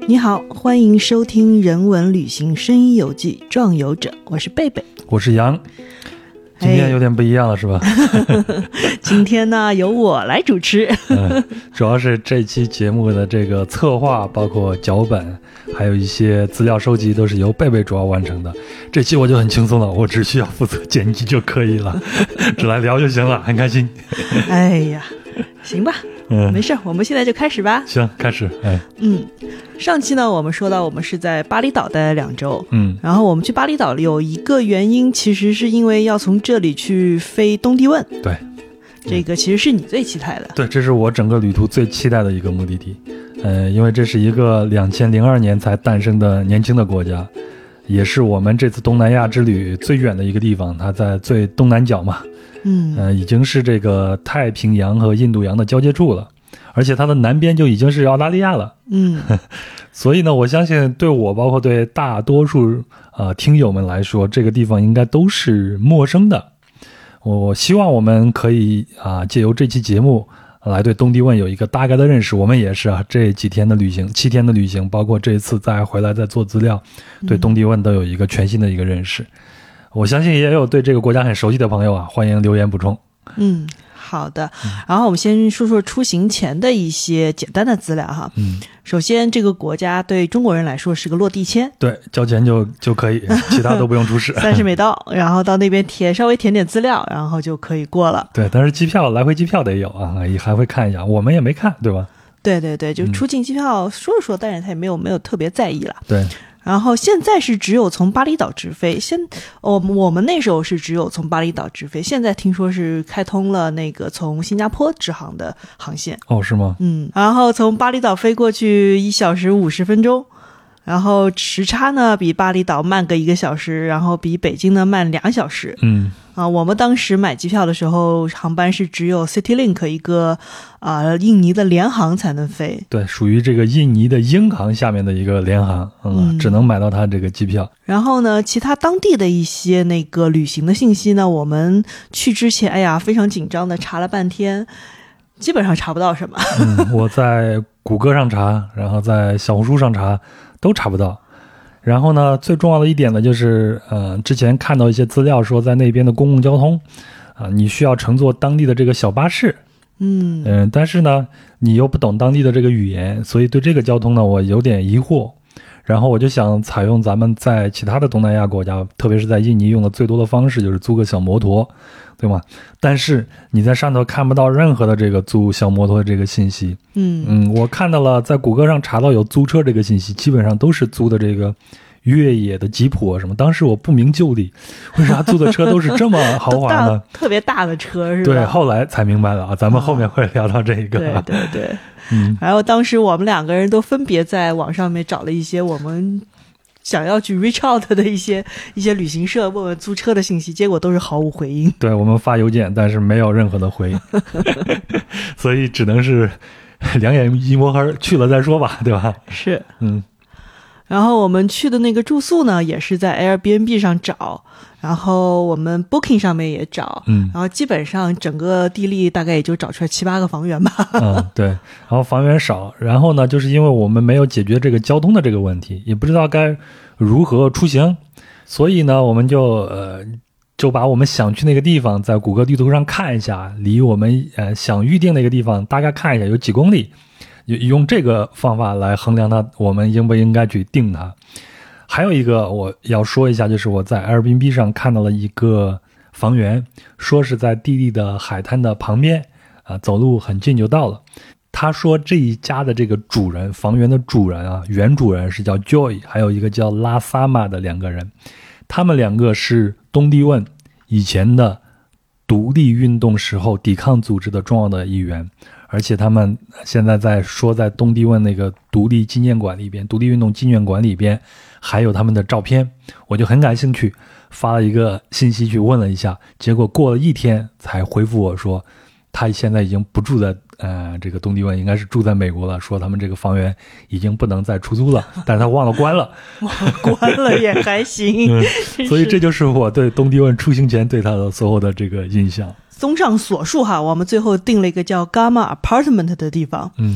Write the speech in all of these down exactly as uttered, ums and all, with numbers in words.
你好，欢迎收听人文旅行声音游记壮游者，我是贝贝， 我是杨。今天有点不一样了、哎、是吧？ 今天呢由我来主持、 嗯、主要是这期节目的这个策划包括脚本还有一些资料收集都是由贝贝主要完成的，这期我就很轻松了，我只需要负责剪辑就可以了只来聊就行了，很开心。 哎呀，行吧，嗯，没事，我们现在就开始吧。 行，开始。哎， 嗯，上期呢，我们说到我们是在巴厘岛待了两周， 嗯， 然后我们去巴厘岛有一个原因，其实是因为要从这里去飞东帝汶。 对， 这个其实是你最期待的。 对，这是我整个旅途最期待的一个目的地。呃，因为这是一个两千零二年才诞生的年轻的国家，也是我们这次东南亚之旅最远的一个地方，它在最东南角嘛。 嗯， 呃，已经是这个太平洋和印度洋的交界处了，而且它的南边就已经是澳大利亚了。 嗯， 所以呢，我相信对我包括对大多数呃听友们来说，这个地方应该都是陌生的。我希望我们可以啊、呃，借由这期节目来对东帝汶有一个大概的认识。我们也是啊，这几天的旅行，七天的旅行，包括这一次再回来再做资料，对东帝汶都有一个全新的一个认识。我相信也有对这个国家很熟悉的朋友啊，欢迎留言补充。 嗯，好的。然后我们先说说出行前的一些简单的资料哈。 嗯， 首先这个国家对中国人来说是个落地签， 对，交钱就就可以，其他都不用出示。 三十美刀，然后到那边填稍微填点资料，然后就可以过了。 对，但是机票来回机票得有啊，也还会看一下，我们也没看，对吧？ 对对对，就出境机票说是说，但是他也没有没有特别在意了。 对。 然后现在是只有从巴厘岛直飞，现我我们那时候是只有从巴厘岛直飞，现在听说是开通了那个从新加坡直航的航线。 哦，是吗？ 嗯，然后从巴厘岛飞过去一小时五十分钟，然后时差呢比巴厘岛慢个一个小时，然后比北京呢慢两小时。 嗯。 啊，我们当时买机票的时候，航班是只有 CityLink 一个啊、呃、印尼的联航才能飞。 对，属于这个印尼的英航下面的一个联航，嗯，嗯只能买到它这个机票。 然后呢，其他当地的一些那个旅行的信息呢，我们去之前，哎呀，非常紧张的查了半天，基本上查不到什么。 嗯，我在谷歌上查，然后在小红书上查，都查不到。然后呢，最重要的一点呢，就是呃，之前看到一些资料说，在那边的公共交通啊、呃，你需要乘坐当地的这个小巴士， 嗯嗯、呃，但是呢，你又不懂当地的这个语言，所以对这个交通呢，我有点疑惑。然后我就想采用咱们在其他的东南亚国家，特别是在印尼用的最多的方式，就是租个小摩托，对吗？但是你在上头看不到任何的这个租小摩托的这个信息。 嗯嗯，我看到了，在谷歌上查到有租车这个信息，基本上都是租的这个越野的吉普什么。当时我不明就里，为啥租的车都是这么豪华呢？ 特别大的车是吧？ 对，后来才明白了啊。咱们后面会聊到这个。 啊、对对对。 嗯， 然后当时我们两个人都分别在网上面找了一些我们想要去 reach out 的一些一些旅行社问问租车的信息，结果都是毫无回应。 对，我们发邮件，但是没有任何的回应，所以只能是两眼一摸黑，去了再说吧，对吧？ 是， 嗯。 然后我们去的那个住宿呢，也是在 Airbnb 上找，然后我们 Booking 上面也找， 嗯， 然后基本上整个地利大概也就找出来七八个房源吧。 嗯，对，然后房源少，然后呢，就是因为我们没有解决这个交通的这个问题，也不知道该如何出行，所以呢，我们就呃就把我们想去那个地方在谷歌地图上看一下，离我们呃想预定那个地方大概看一下有几公里。用这个方法来衡量它，我们应不应该去定它。还有一个我要说一下，就是我在 Airbnb 上看到了一个房源，说是在地利的海滩的旁边啊，走路很近就到了。他说这一家的这个主人，房源的主人啊，原主人是叫 Joy， 还有一个叫拉萨玛的两个人，他们两个是东帝汶以前的独立运动时候抵抗组织的重要的一员。而且他们现在在说，在东帝汶那个独立纪念馆里边，独立运动纪念馆里边还有他们的照片，我就很感兴趣，发了一个信息去问了一下，结果过了一天才回复我说，他现在已经不住在呃这个东帝汶，应该是住在美国了，说他们这个房源已经不能再出租了，但是他忘了关了， 关了也还行、 嗯，所以这就是我对东帝汶出行前对他的所有的这个印象。 综上所述哈，我们最后定了一个叫 Gamma Apartment 的地方。 嗯，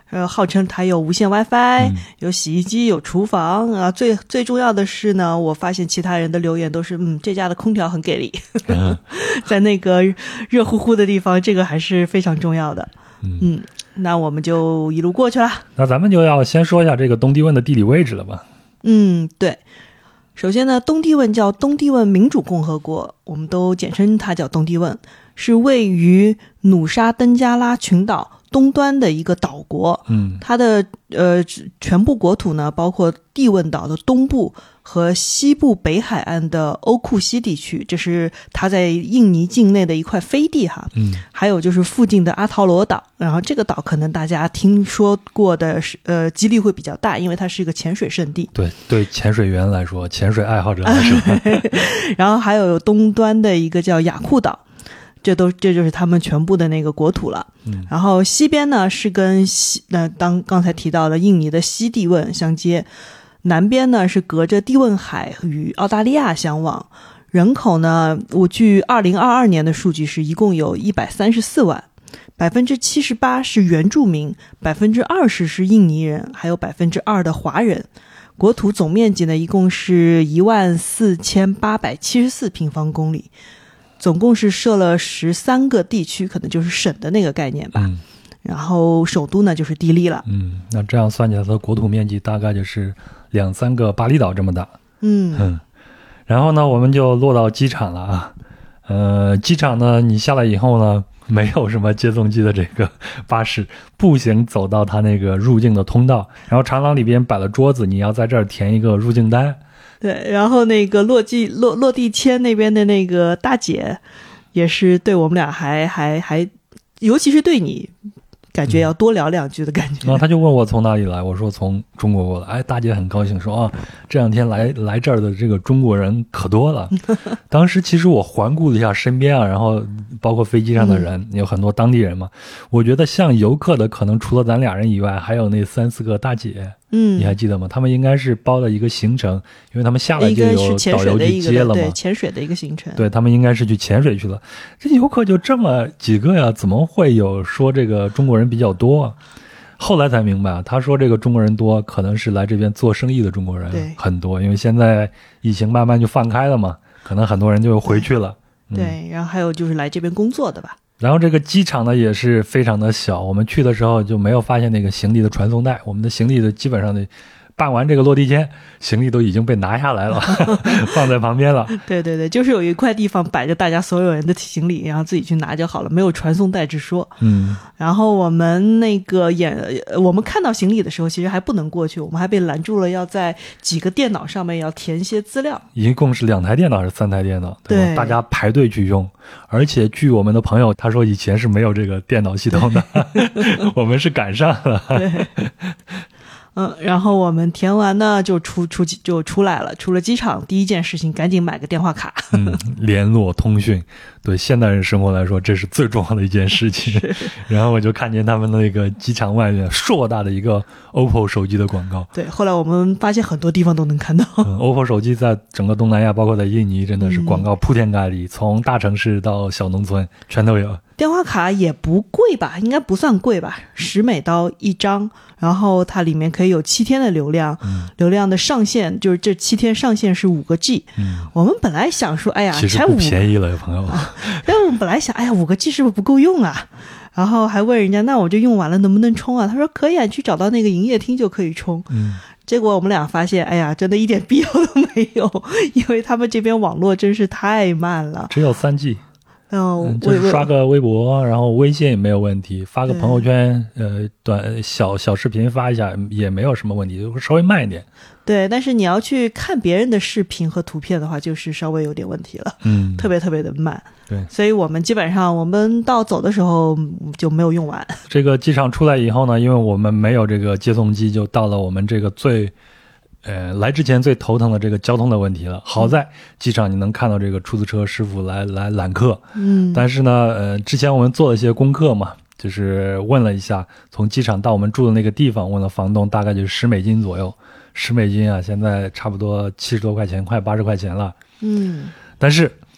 呃，号称它有无线 WiFi，、 嗯、 有洗衣机，有厨房啊。最最重要的是呢，我发现其他人的留言都是，嗯，这家的空调很给力，嗯、在那个热乎乎的地方，这个还是非常重要的。嗯, 嗯，那我们就一路过去了。 那咱们就要先说一下这个东帝汶的地理位置了吧？ 嗯，对。首先呢，东帝汶叫东帝汶民主共和国，我们都简称它叫东帝汶，是位于努沙登加拉群岛东端的一个岛国。 嗯， 它的呃全部国土呢，包括帝汶岛的东部和西部北海岸的欧库西地区，这是它在印尼境内的一块飞地哈。 嗯， 还有就是附近的阿陶罗岛，然后这个岛可能大家听说过的是呃几率会比较大，因为它是一个潜水圣地。 对对，潜水员来说，潜水爱好者来说， 然后还有东端的一个叫雅库岛。这都这就是他们全部的那个国土了。 嗯， 然后西边呢是跟西那当刚才提到的印尼的西帝汶相接，南边呢是隔着帝汶海与澳大利亚相望。人口呢，我据二零二二年的数据是一共有一百三十四万，百分之七十八是原住民，百分之二十是印尼人，还有百分之二的华人。国土总面积呢，一共是一万四千八百七十四平方公里。总共是设了十三个地区，可能就是省的那个概念吧。 嗯， 然后首都呢就是帝力了。 嗯，那这样算起来，它的国土面积大概就是两三个巴厘岛这么大。 嗯嗯，然后呢，我们就落到机场了啊。呃，机场呢，你下来以后呢，没有什么接送机的这个巴士，步行走到它那个入境的通道，然后长廊里边摆了桌子，你要在这儿填一个入境单。 对，然后那个落地落落地签那边的那个大姐，也是对我们俩还还还，尤其是对你，感觉要多聊两句的感觉。 然后他就问我从哪里来，我说从中国过来。哎，大姐很高兴说啊，这两天来来这儿的这个中国人可多了。当时其实我环顾了一下身边啊，然后包括飞机上的人，嗯、有很多当地人嘛。我觉得像游客的，可能除了咱俩人以外，还有那三四个大姐。 嗯， 你还记得吗？他们应该是包了一个行程，因为他们下来就有导游去接了嘛。 对，潜水的一个行程。 对，他们应该是去潜水去了。这游客就这么几个呀，怎么会有说这个中国人比较多啊？后来才明白，他说这个中国人多，可能是来这边做生意的中国人很多，因为现在疫情慢慢就放开了嘛，可能很多人就回去了。 对，嗯、对，然后还有就是来这边工作的吧。 然后这个机场呢也是非常的小，我们去的时候就没有发现那个行李的传送带，我们的行李的基本上的办完这个落地签，行李都已经被拿下来了，放在旁边了。 对对对，就是有一块地方摆着大家所有人的行李，然后自己去拿就好了，没有传送带之说。 嗯， 然后我们那个演，我们看到行李的时候，其实还不能过去，我们还被拦住了，要在几个电脑上面要填一些资料。 一共是两台电脑还是三台电脑？对吧？对，大家排队去用。而且据我们的朋友他说，以前是没有这个电脑系统的，我们是赶上了。 对。嗯，然后我们填完呢，就出出就出来了。出了机场，第一件事情赶紧买个电话卡。 嗯，联络通讯，对现代人生活来说，这是最重要的一件事情。然后我就看见他们那个机场外面硕大的一个 O P P O 手机的广告。 对，后来我们发现很多地方都能看到。 嗯、O P P O 手机在整个东南亚，包括在印尼，真的是广告铺天盖地，嗯、从大城市到小农村全都有。 电话卡也不贵吧，应该不算贵吧，十美刀一张，然后它里面可以有七天的流量， 嗯、 流量的上限就是这七天上限是五个 G。 嗯， 我们本来想说，哎呀， 其实不便宜了，有朋友。 但我们本来想，哎呀，五个 G 是不是不够用啊？然后还问人家，那我就用完了能不能充啊？他说可以啊，你去找到那个营业厅就可以充。 嗯。 结果我们俩发现，哎呀，真的一点必要都没有，因为他们这边网络真是太慢了， 只有三 G。 哦、 嗯，就是刷个微博，然后微信也没有问题，发个朋友圈，呃，短小小视频发一下也没有什么问题，就稍微慢一点。 对，但是你要去看别人的视频和图片的话，就是稍微有点问题了， 嗯， 特别特别的慢。 对， 所以我们基本上我们到走的时候就没有用完。 这个机场出来以后呢，因为我们没有这个接送机，就到了我们这个最。呃，来之前最头疼的这个交通的问题了。好在机场你能看到这个出租车师傅来来揽客， 嗯， 但是呢，呃，之前我们做了一些功课嘛，就是问了一下，从机场到我们住的那个地方，问了房东，大概就是十美金左右。十美金啊，现在差不多七十多块钱，快八十块钱了。 嗯， 但是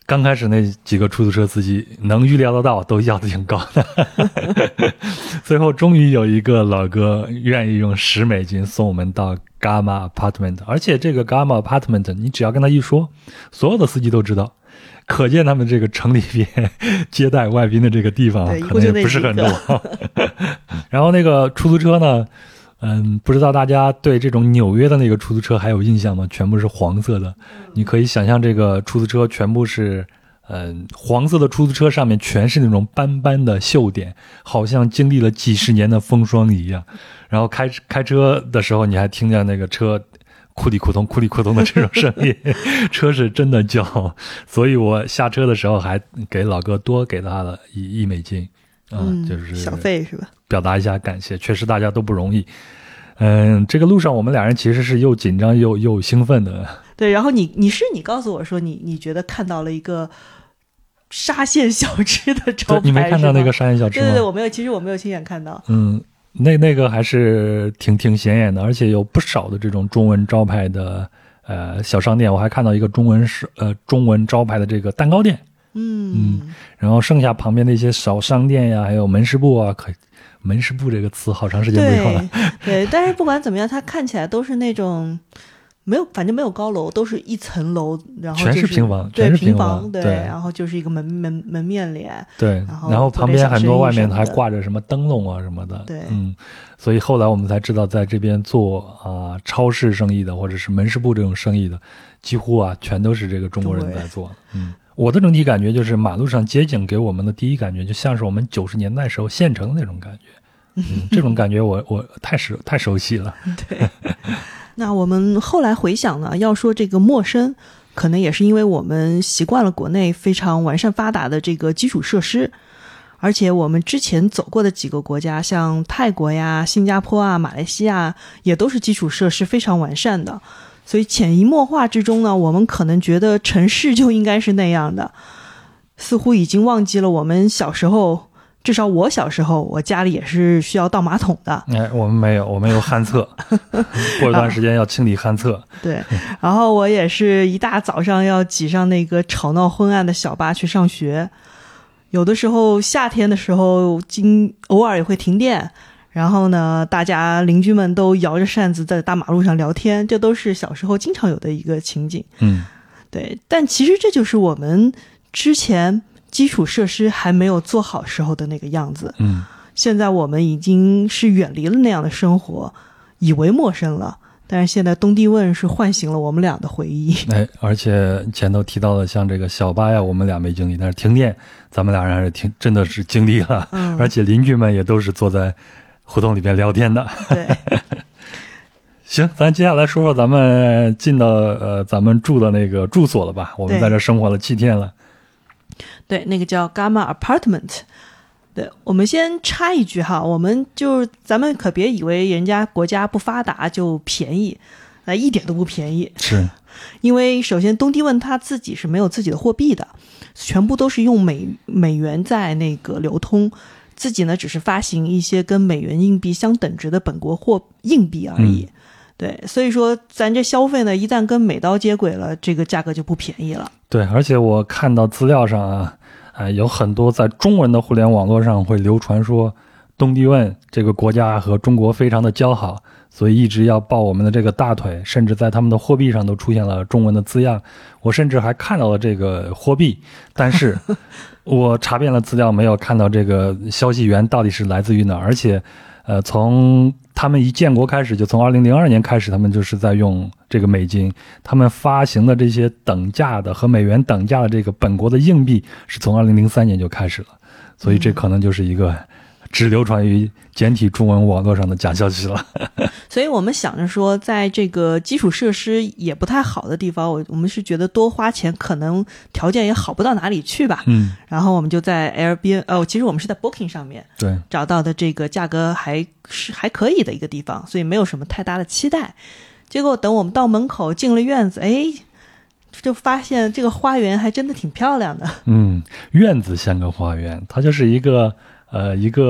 刚开始那几个出租车司机能预料得到都要的挺高的最后终于有一个老哥愿意用十美金送我们到 Gamma Apartment， 而且这个 Gamma Apartment 你只要跟他一说，所有的司机都知道，可见他们这个城里边接待外宾的这个地方可能也不是很多然后那个出租车呢，嗯，不知道大家对这种纽约的那个出租车还有印象吗？全部是黄色的，你可以想象这个出租车全部是嗯，黄色的出租车上面全是那种斑斑的锈点，好像经历了几十年的风霜一样。然后开开车的时候你还听见那个车库里库通库里库通的这种声音车是真的叫，所以我下车的时候还给老哥多给他了一一美金啊、嗯，就是小费是吧？ 表达一下感谢，确实大家都不容易。嗯，这个路上我们俩人其实是又紧张又又兴奋的。 对，然后你你是你告诉我说你你觉得看到了一个沙县小吃的招牌， 你没看到那个沙县小吃吗？ 对对对，我没有，其实我没有亲眼看到。 嗯，那那个还是挺挺显眼的，而且有不少的这种中文招牌的呃小商店，我还看到一个中文是呃中文招牌的这个蛋糕店。 嗯嗯，然后剩下旁边的一些小商店呀，还有门市部啊，可门市部这个词好长时间没用了。 对，对，但是不管怎么样，它看起来都是那种没有，反正没有高楼，都是一层楼，然后、就是、 全是平房， 对， 全是平房， 对， 对， 然后就是一个门门门面脸， 对， 然后然后旁边很多外面还挂着什么灯笼啊什么的， 对， 嗯，所以后来我们才知道，在这边做啊、呃、超市生意的或者是门市部这种生意的，几乎啊全都是这个中国人在做，嗯。我的整体感觉就是马路上街景给我们的第一感觉就像是我们九十年代时候县城那种感觉，嗯，这种感觉我我太熟太熟悉了。 对，那我们后来回想呢，要说这个陌生，可能也是因为我们习惯了国内非常完善发达的这个基础设施，而且我们之前走过的几个国家，像泰国呀、新加坡啊、马来西亚，也都是基础设施非常完善的。所以潜移默化之中呢，我们可能觉得城市就应该是那样的，似乎已经忘记了我们小时候，至少我小时候，我家里也是需要倒马桶的。 哎，我们没有，我们有旱厕，过一段时间要清理旱厕。 对，然后我也是一大早上要挤上那个吵闹昏暗的小巴去上学，有的时候夏天的时候，经偶尔也会停电。然后呢，大家邻居们都摇着扇子在大马路上聊天，这都是小时候经常有的一个情景。 嗯， 对。但其实这就是我们之前基础设施还没有做好时候的那个样子。 嗯， 现在我们已经是远离了那样的生活，以为陌生了。但是现在东帝汶是唤醒了我们俩的回忆。 哎，而且前头提到的像这个小巴呀，我们俩没经历，但是停电，咱们俩人还是挺真的是经历了。嗯，而且邻居们也都是坐在胡同里边聊天的。 对， 行，咱接下来说说咱们进到呃咱们住的那个住所了吧？我们在这生活了七天了。 对，那个叫 Gamma Apartment。对，我们先插一句哈，我们就咱们可别以为人家国家不发达就便宜，那一点都不便宜。 是， 因为首先东帝汶他自己是没有自己的货币的，全部都是用美美元在那个流通。自己呢只是发行一些跟美元硬币相等值的本国货硬币而已、嗯、对，所以说咱这消费呢一旦跟美刀接轨了，这个价格就不便宜了。 对，而且我看到资料上啊，呃、有很多在中文的互联网络上会流传说东帝汶这个国家和中国非常的交好，所以一直要抱我们的这个大腿，甚至在他们的货币上都出现了中文的字样。我甚至还看到了这个货币，但是我查遍了资料，没有看到这个消息源到底是来自于哪儿。而且呃，从他们一建国开始，就从二零零二年开始，他们就是在用这个美金，他们发行的这些等价的和美元等价的这个本国的硬币是从二零零三年就开始了，所以这可能就是一个只流传于简体中文网络上的假消息了。 所以我们想着说，在这个基础设施也不太好的地方，我我们是觉得多花钱可能条件也好不到哪里去吧。 嗯， 然后我们就在 Airbnb， 哦，其实我们是在 Booking 上面对找到的这个价格还是还可以的一个地方，所以没有什么太大的期待。结果等我们到门口进了院子，哎，就发现这个花园还真的挺漂亮的。 嗯，院子像个花园，它就是一个呃一个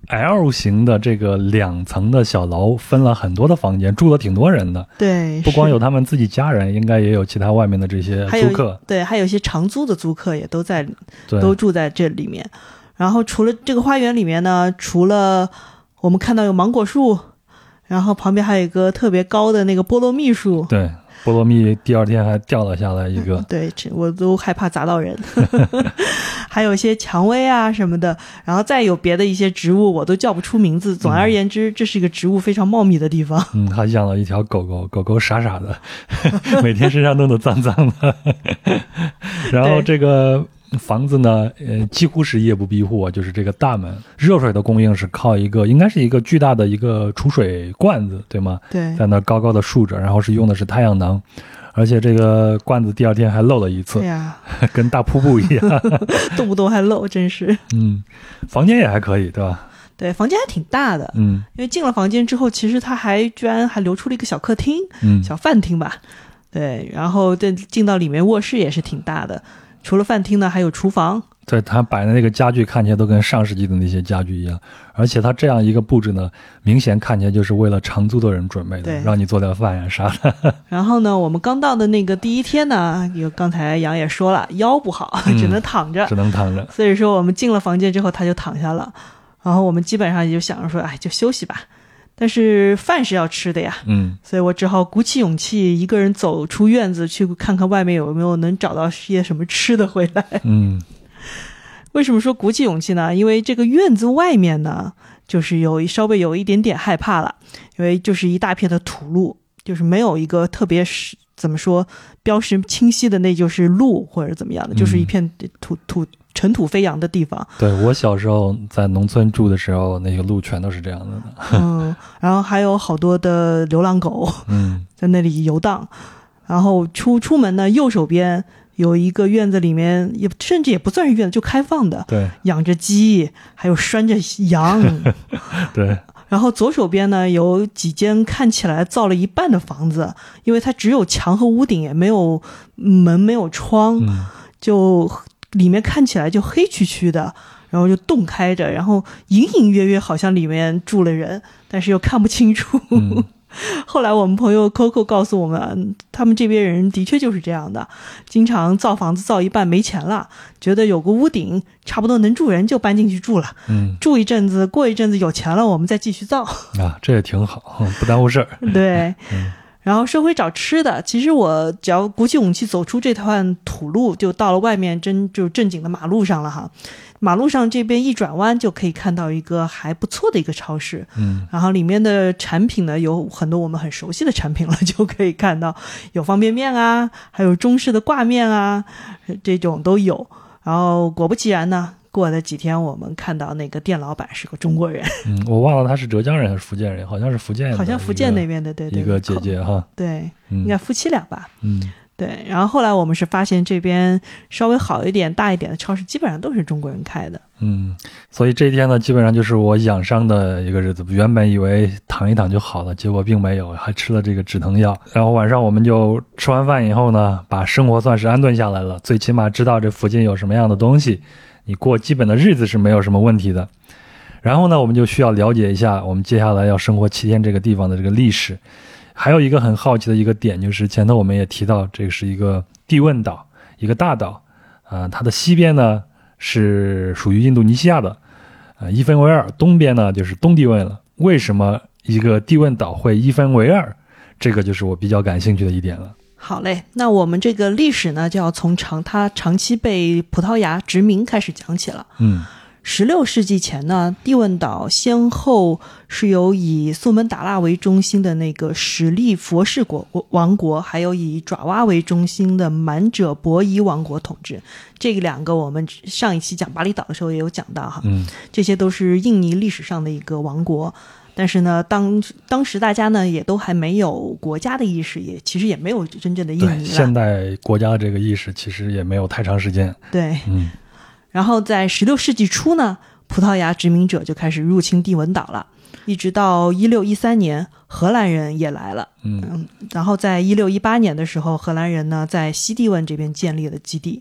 L 型的这个两层的小楼，分了很多的房间，住了挺多人的。 对， 不光有他们自己家人，应该也有其他外面的这些租客。 对，还有一些长租的租客也都在，都住在这里面。然后除了这个花园里面呢，除了我们看到有芒果树，然后旁边还有一个特别高的那个菠萝蜜树。 对，菠萝蜜第二天还掉了下来一个。 嗯、对，我都害怕砸到人。还有一些蔷薇啊什么的，然后再有别的一些植物我都叫不出名字。总而言之、嗯、这是一个植物非常茂密的地方。 嗯，还养了一条狗狗，狗狗傻傻的，每天身上弄得脏脏的。然后这个房子呢，呃，几乎是夜不闭户，就是这个大门，热水的供应是靠一个，应该是一个巨大的一个储水罐子，对吗？ 对， 在那高高的竖着，然后是用的是太阳能。而且这个罐子第二天还漏了一次， 对呀， 跟大瀑布一样， 动不动还漏，真是。 嗯，房间也还可以，对吧？ 对，房间还挺大的， 嗯， 因为进了房间之后，其实它还居然还留出了一个小客厅， 嗯， 小饭厅吧，对，然后再进到里面，卧室也是挺大的，除了饭厅呢，还有厨房。 对，他摆的那个家具看起来都跟上世纪的那些家具一样，而且他这样一个布置呢，明显看起来就是为了长租的人准备的，让你做点饭呀啥的。 然后呢，我们刚到的那个第一天呢，有刚才杨也说了，腰不好，只能躺着， 嗯、只能躺着。 所以说我们进了房间之后，他就躺下了，然后我们基本上也就想着说，哎，就休息吧。但是饭是要吃的呀， 嗯， 所以我只好鼓起勇气，一个人走出院子去看看外面有没有能找到些什么吃的回来。 嗯。 为什么说鼓起勇气呢？因为这个院子外面呢，就是有稍微有一点点害怕了，因为就是一大片的土路，就是没有一个特别怎么说标识清晰的，那就是路或者怎么样的，就是一片土土尘土飞扬的地方。 对，我小时候在农村住的时候，那个路全都是这样的。 嗯，然后还有好多的流浪狗， 嗯， 在那里游荡。然后出出门呢，右手边有一个院子，里面也甚至也不算是院子，就开放的， 对， 养着鸡，还有拴着羊。 对。 然后左手边呢有几间看起来造了一半的房子，因为它只有墙和屋顶，也没有门没有窗、 嗯、 就里面看起来就黑黢黢的，然后就洞开着，然后隐隐约约好像里面住了人，但是又看不清楚。 嗯后来我们朋友 Coco 告诉我们，他们这边人的确就是这样的，经常造房子造一半没钱了，觉得有个屋顶差不多能住人就搬进去住了， 嗯， 住一阵子，过一阵子有钱了我们再继续造啊，这也挺好，不耽误事儿。 对、 嗯， 然后说回找吃的，其实我只要鼓起勇气走出这段土路，就到了外面真就正经的马路上了哈。马路上这边一转弯就可以看到一个还不错的一个超市， 嗯， 然后里面的产品呢有很多我们很熟悉的产品了，就可以看到有方便面啊，还有中式的挂面啊，这种都有。然后果不其然呢，过了几天我们看到那个店老板是个中国人， 嗯，我忘了他是浙江人还是福建人，好像是福建人， 好像福建那边的，对对， 一个姐姐哈， 对、 嗯， 应该夫妻俩吧， 嗯。 对，然后后来我们是发现这边稍微好一点大一点的超市基本上都是中国人开的。 嗯，所以这一天呢基本上就是我养伤的一个日子，原本以为躺一躺就好了，结果并没有，还吃了这个止疼药。然后晚上我们就吃完饭以后呢，把生活算是安顿下来了，最起码知道这附近有什么样的东西，你过基本的日子是没有什么问题的。然后呢我们就需要了解一下我们接下来要生活七天这个地方的这个历史。还有一个很好奇的一个点，就是前头我们也提到，这个是一个地汶岛，一个大岛，啊、呃，它的西边呢是属于印度尼西亚的，呃，一分为二，东边呢就是东帝汶了。为什么一个地汶岛会一分为二？这个就是我比较感兴趣的一点了。 好嘞，那我们这个历史呢，就要从长它长期被葡萄牙殖民开始讲起了。 嗯。 十六世纪前呢，地汶岛先后是由以苏门答腊为中心的那个史力佛氏国王国，还有以爪哇为中心的满者伯夷王国统治。这两个我们上一期讲巴厘岛的时候也有讲到哈， 嗯， 这些都是印尼历史上的一个王国。但是呢，当当时大家呢也都还没有国家的意识，也其实也没有真正的印尼了。 现代国家这个意识其实也没有太长时间。 对， 嗯。 然后在十六世纪初呢，葡萄牙殖民者就开始入侵地汶岛了，一直到一六一三年，荷兰人也来了。 嗯， 嗯然后在一六一八年的时候，荷兰人呢在西帝汶这边建立了基地。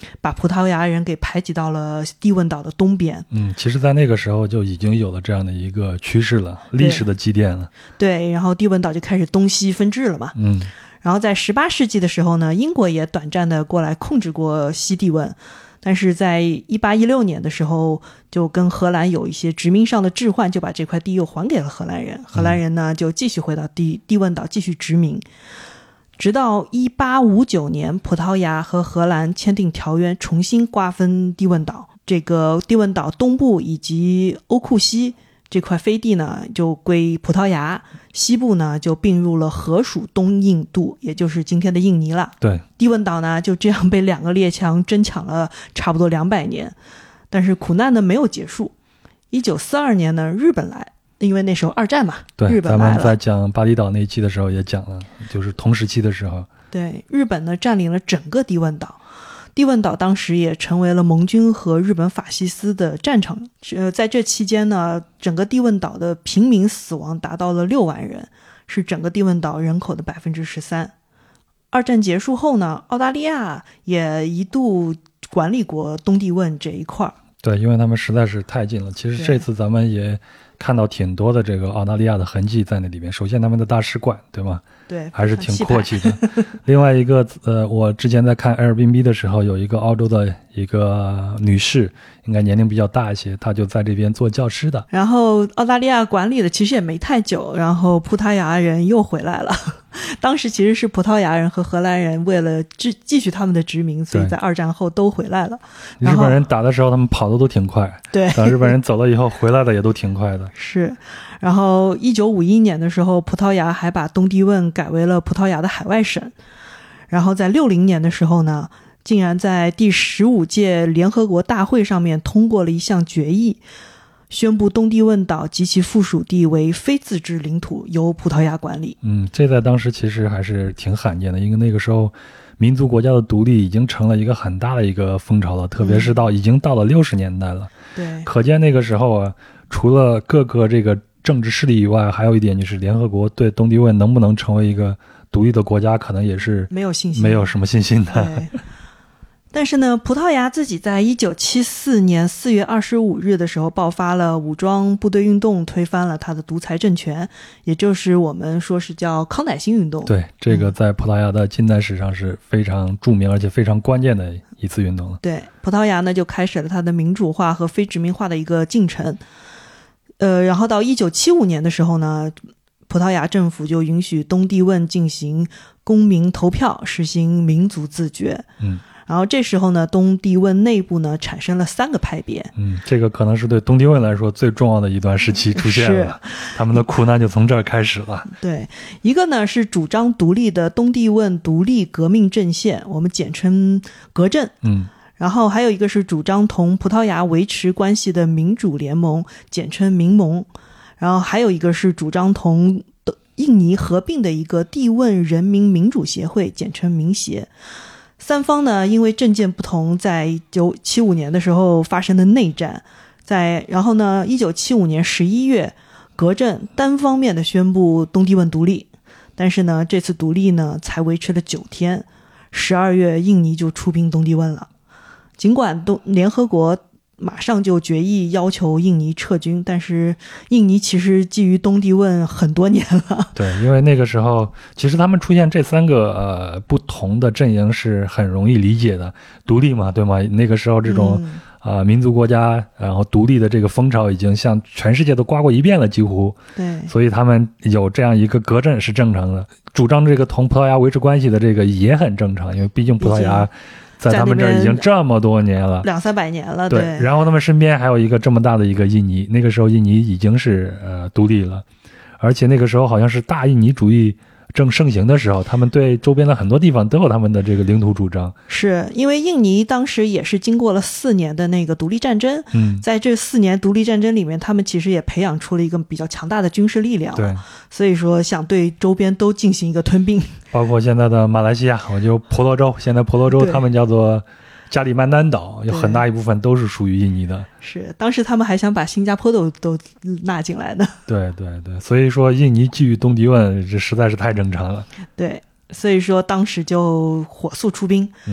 把葡萄牙人给排挤到了帝汶岛的东边。 嗯，其实在那个时候就已经有了这样的一个趋势了，历史的积淀了。 对，然后帝汶岛就开始东西分治了嘛。 嗯， 然后在十八世纪的时候呢，英国也短暂的过来控制过西帝汶，但是在一八一六年的时候，就跟荷兰有一些殖民上的置换，就把这块地又还给了荷兰人。荷兰人呢就继续回到帝帝汶岛继续殖民，直到一八五九年，葡萄牙和荷兰签订条约，重新瓜分帝汶岛。这个帝汶岛东部以及欧库西这块飞地呢就归葡萄牙，西部呢就并入了荷属东印度，也就是今天的印尼了。 对， 帝汶岛呢就这样被两个列强争抢了差不多两百年，但是苦难呢没有结束。一九四二年呢，日本来，因为那时候二战嘛， 对， 日本来了。 咱们在讲巴厘岛那一期的时候也讲了，就是同时期的时候， 对，日本呢占领了整个帝汶岛。帝汶岛当时也成为了盟军和日本法西斯的战场。呃，在这期间呢，整个帝汶岛的平民死亡达到了六万人，是整个帝汶岛人口的百分之十三。二战结束后呢，澳大利亚也一度管理过东帝汶这一块。 对，因为他们实在是太近了。其实这次咱们也看到挺多的这个澳大利亚的痕迹在那里面。首先他们的大使馆，对吗？ 对， 还是挺阔气的。另外一个呃，我之前在看 Airbnb 的时候，有一个澳洲的一个女士，应该年龄比较大一些，她就在这边做教师的。 然后澳大利亚管理的其实也没太久，然后葡萄牙人又回来了。当时其实是葡萄牙人和荷兰人为了继续他们的殖民，所以在二战后都回来了。 日本人打的时候他们跑的都挺快， 对， 等日本人走了以后回来的也都挺快的。 是，然后一九五一年的时候，葡萄牙还把东帝汶改为了葡萄牙的海外省。然后在六零年的时候呢，竟然在第十五届联合国大会上面通过了一项决议，宣布东帝汶岛及其附属地为非自治领土，由葡萄牙管理。 嗯，这在当时其实还是挺罕见的，因为那个时候民族国家的独立已经成了一个很大的一个风潮了，特别是到、嗯、已经到了六十年代了。 对， 可见那个时候啊，除了各个这个政治势力以外，还有一点就是联合国对东帝汶能不能成为一个独立的国家，可能也是没有信心， 没有什么信心的。 对。但是呢，葡萄牙自己在一九七四年四月二十五日的时候爆发了武装部队运动，推翻了他的独裁政权，也就是我们说是叫康乃馨运动。 对，这个在葡萄牙的近代史上是非常著名而且非常关键的一次运动了。 对，葡萄牙呢就开始了它的民主化和非殖民化的一个进程。呃，然后到一九七五年的时候呢，葡萄牙政府就允许东帝汶进行公民投票，实行民族自决。 嗯。 然后这时候呢，东帝汶内部呢产生了三个派别。 嗯，这个可能是对东帝汶来说最重要的一段时期出现了，他们的苦难就从这儿开始了。 对，一个呢是主张独立的东帝汶独立革命阵线，我们简称革阵。 嗯， 然后还有一个是主张同葡萄牙维持关系的民主联盟，简称民盟。然后还有一个是主张同印尼合并的一个帝汶人民民主协会，简称民协。三方呢，因为政见不同，在一九七五年的时候发生的内战，在然后呢，一九七五年十一月，革阵单方面的宣布东帝汶独立，但是呢，这次独立呢才维持了九天，十二月印尼就出兵东帝汶了。尽管东联合国马上就决议要求印尼撤军，但是印尼其实觊觎东帝汶很多年了。 对，因为那个时候其实他们出现这三个呃不同的阵营是很容易理解的，独立嘛，对吗？那个时候这种、嗯呃、民族国家然后独立的这个风潮已经向全世界都刮过一遍了，几乎。 对， 所以他们有这样一个革阵是正常的，主张这个同葡萄牙维持关系的这个也很正常，因为毕竟葡萄牙在他们这儿已经这么多年了， 两三百年了。 对， 对， 然后他们身边还有一个这么大的一个印尼，那个时候印尼已经是呃独立了，而且那个时候好像是大印尼主义正盛行的时候，他们对周边的很多地方都有他们的这个领土主张。 是因为印尼当时也是经过了四年的那个独立战争， 嗯， 在这四年独立战争里面，他们其实也培养出了一个比较强大的军事力量， 对， 所以说想对周边都进行一个吞并。 包括现在的马来西亚，我就婆罗洲，现在婆罗洲他们叫做加里曼丹岛，有很大一部分都是属于印尼的。 是，当时他们还想把新加坡都都纳进来的。 对对对，所以说印尼觊觎东帝汶，这实在是太正常了。 对，所以说当时就火速出兵。 嗯，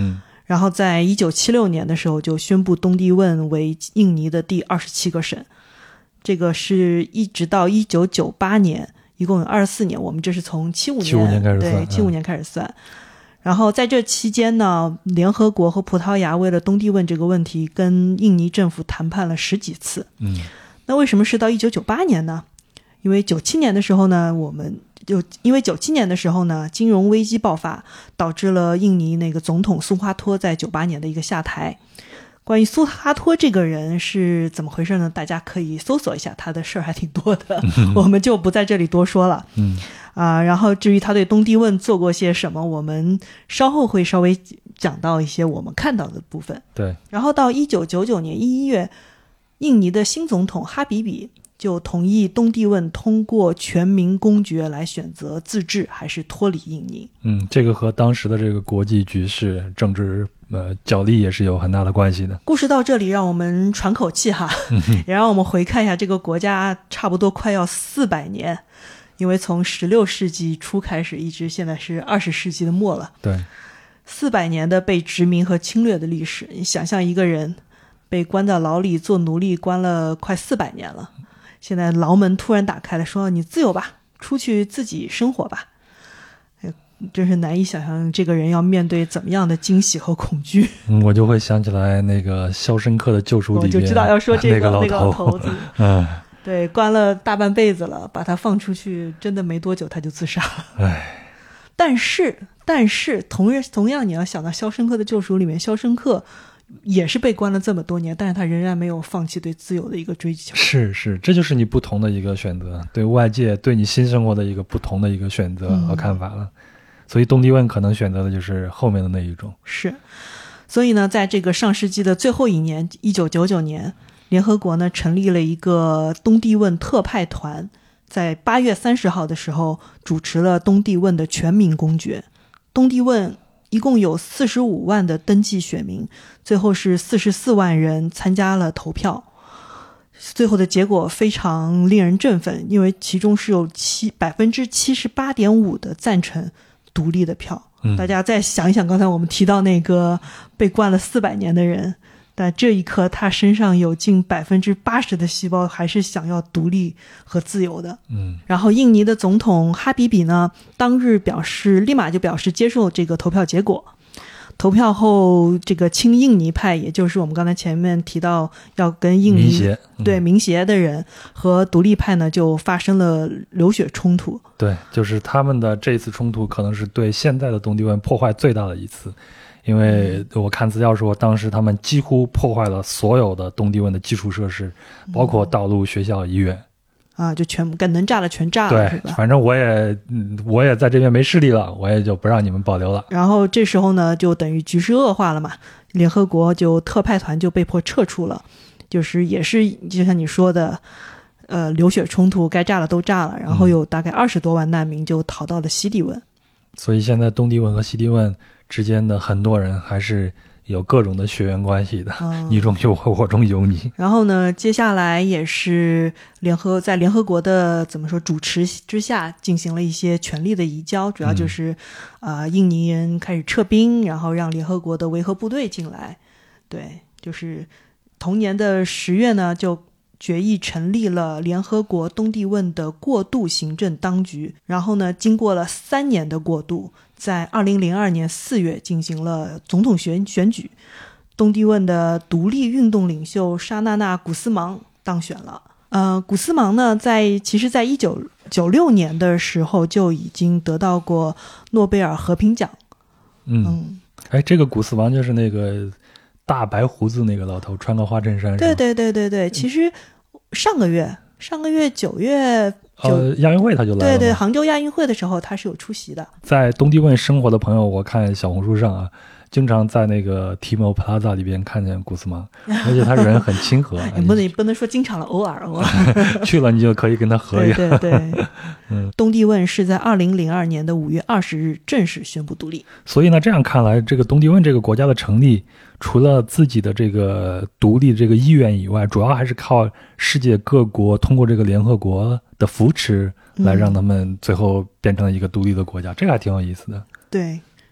然后在一九七六年的时候就宣布东帝汶为印尼的第二十七个省，这个是一直到一九九八年，一共有二十四年，我们这是从七五年七五年开始算， 对，七五年开始算。嗯，然后在这期间呢，联合国和葡萄牙为了东帝汶这个问题跟印尼政府谈判了十几次。 嗯， 那为什么是到一九九八年呢？因为九七年的时候呢，我们就因为九七年的时候呢，金融危机爆发，导致了印尼那个总统苏哈托在九八年的一个下台。关于苏哈托这个人是怎么回事呢？大家可以搜索一下，他的事儿还挺多的，嗯、我们就不在这里多说了。 嗯啊、呃，然后至于他对东帝汶做过些什么，我们稍后会稍微讲到一些我们看到的部分。 对。 然后到一九九九年一月，印尼的新总统哈比比就同意东帝汶通过全民公决来选择自治还是脱离印尼。 嗯，这个和当时的这个国际局势、政治呃角力也是有很大的关系的。 故事到这里，让我们喘口气哈，也让我们回看一下这个国家差不多快要四百年，因为从十六世纪初开始，一直现在是二十世纪的末了。 对， 四百年的被殖民和侵略的历史，你想象一个人被关到牢里做奴隶，关了快四百年了。现在牢门突然打开了，说你自由吧，出去自己生活吧。真是难以想象这个人要面对怎么样的惊喜和恐惧。 嗯，我就会想起来那个《肖申克的救赎》里面， 我就知道要说这个、 那个老头， 那个老头子， 嗯， 对，关了大半辈子了，把他放出去，真的没多久他就自杀了。 唉， 但是，但是同样同样，你要想到《肖申克的救赎》里面，肖申克也是被关了这么多年，但是他仍然没有放弃对自由的一个追求。 是是，这就是你不同的一个选择，对外界对你新生活的一个不同的一个选择和看法了。嗯，所以东帝汶可能选择的就是后面的那一种。 是，所以呢，在这个上世纪的最后一年，一九九九年，联合国呢成立了一个东帝汶特派团，在八月三十号的时候主持了东帝汶的全民公决。东帝汶一共有四十五万的登记选民，最后是四十四万人参加了投票。最后的结果非常令人振奋，因为其中是有七百分之七十八点五的赞成独立的票。 嗯， 大家再想一想，刚才我们提到那个被关了四百年的人，但这一刻他身上有近百分之八十的细胞还是想要独立和自由的。 嗯， 然后印尼的总统哈比比呢，当日表示立马就表示接受这个投票结果。投票后，这个亲印尼派，也就是我们刚才前面提到要跟印尼民协、嗯、 对民协的人和独立派呢，就发生了流血冲突。 对，就是他们的这次冲突可能是对现在的东帝汶破坏最大的一次，因为我看资料说，当时他们几乎破坏了所有的东帝汶的基础设施，包括道路、学校、医院。 啊，就全部能炸的全炸了， 对，反正我也我也在这边没势力了，我也就不让你们保留了。 然后这时候呢，就等于局势恶化了嘛，联合国就特派团就被迫撤出了，就是也是就像你说的，呃，流血冲突，该炸的都炸了，然后有大概二十多万难民就逃到了西帝汶。 所以现在东帝汶和西帝汶之间的很多人还是有各种的血缘关系的，嗯、你中有我，我中有你。 然后呢，接下来也是联合在联合国的怎么说主持之下，进行了一些权力的移交，主要就是啊、嗯呃，印尼人开始撤兵，然后让联合国的维和部队进来。对，就是同年的十月呢，就决议成立了联合国东帝汶的过渡行政当局。然后呢，经过了三年的过渡，在二零零二年四月进行了总统选选举，东帝汶的独立运动领袖沙纳纳古斯芒当选了。呃，古斯芒呢，在其实在一九九六年的时候就已经得到过诺贝尔和平奖。 嗯，嗯哎，这个古斯芒就是那个大白胡子那个老头，穿个花衬衫。 对对对对对，其实上个月上个月九月。 呃，亚运会他就来了。 对对，杭州亚运会的时候他是有出席的。 在东帝汶生活的朋友，我看小红书上啊，经常在那个 Timo Plaza 里边看见古斯芒，而且他人很亲和。 你不能不能说经常了，偶尔偶尔去了你就可以跟他合影。 对对对，嗯，东帝汶是在二零零二年的五月二十日正式宣布独立。 所以呢，这样看来，这个东帝汶这个国家的成立，除了自己的这个独立这个意愿以外，主要还是靠世界各国通过这个联合国的扶持，来让他们最后变成了一个独立的国家，嗯、这个还挺有意思的。 对，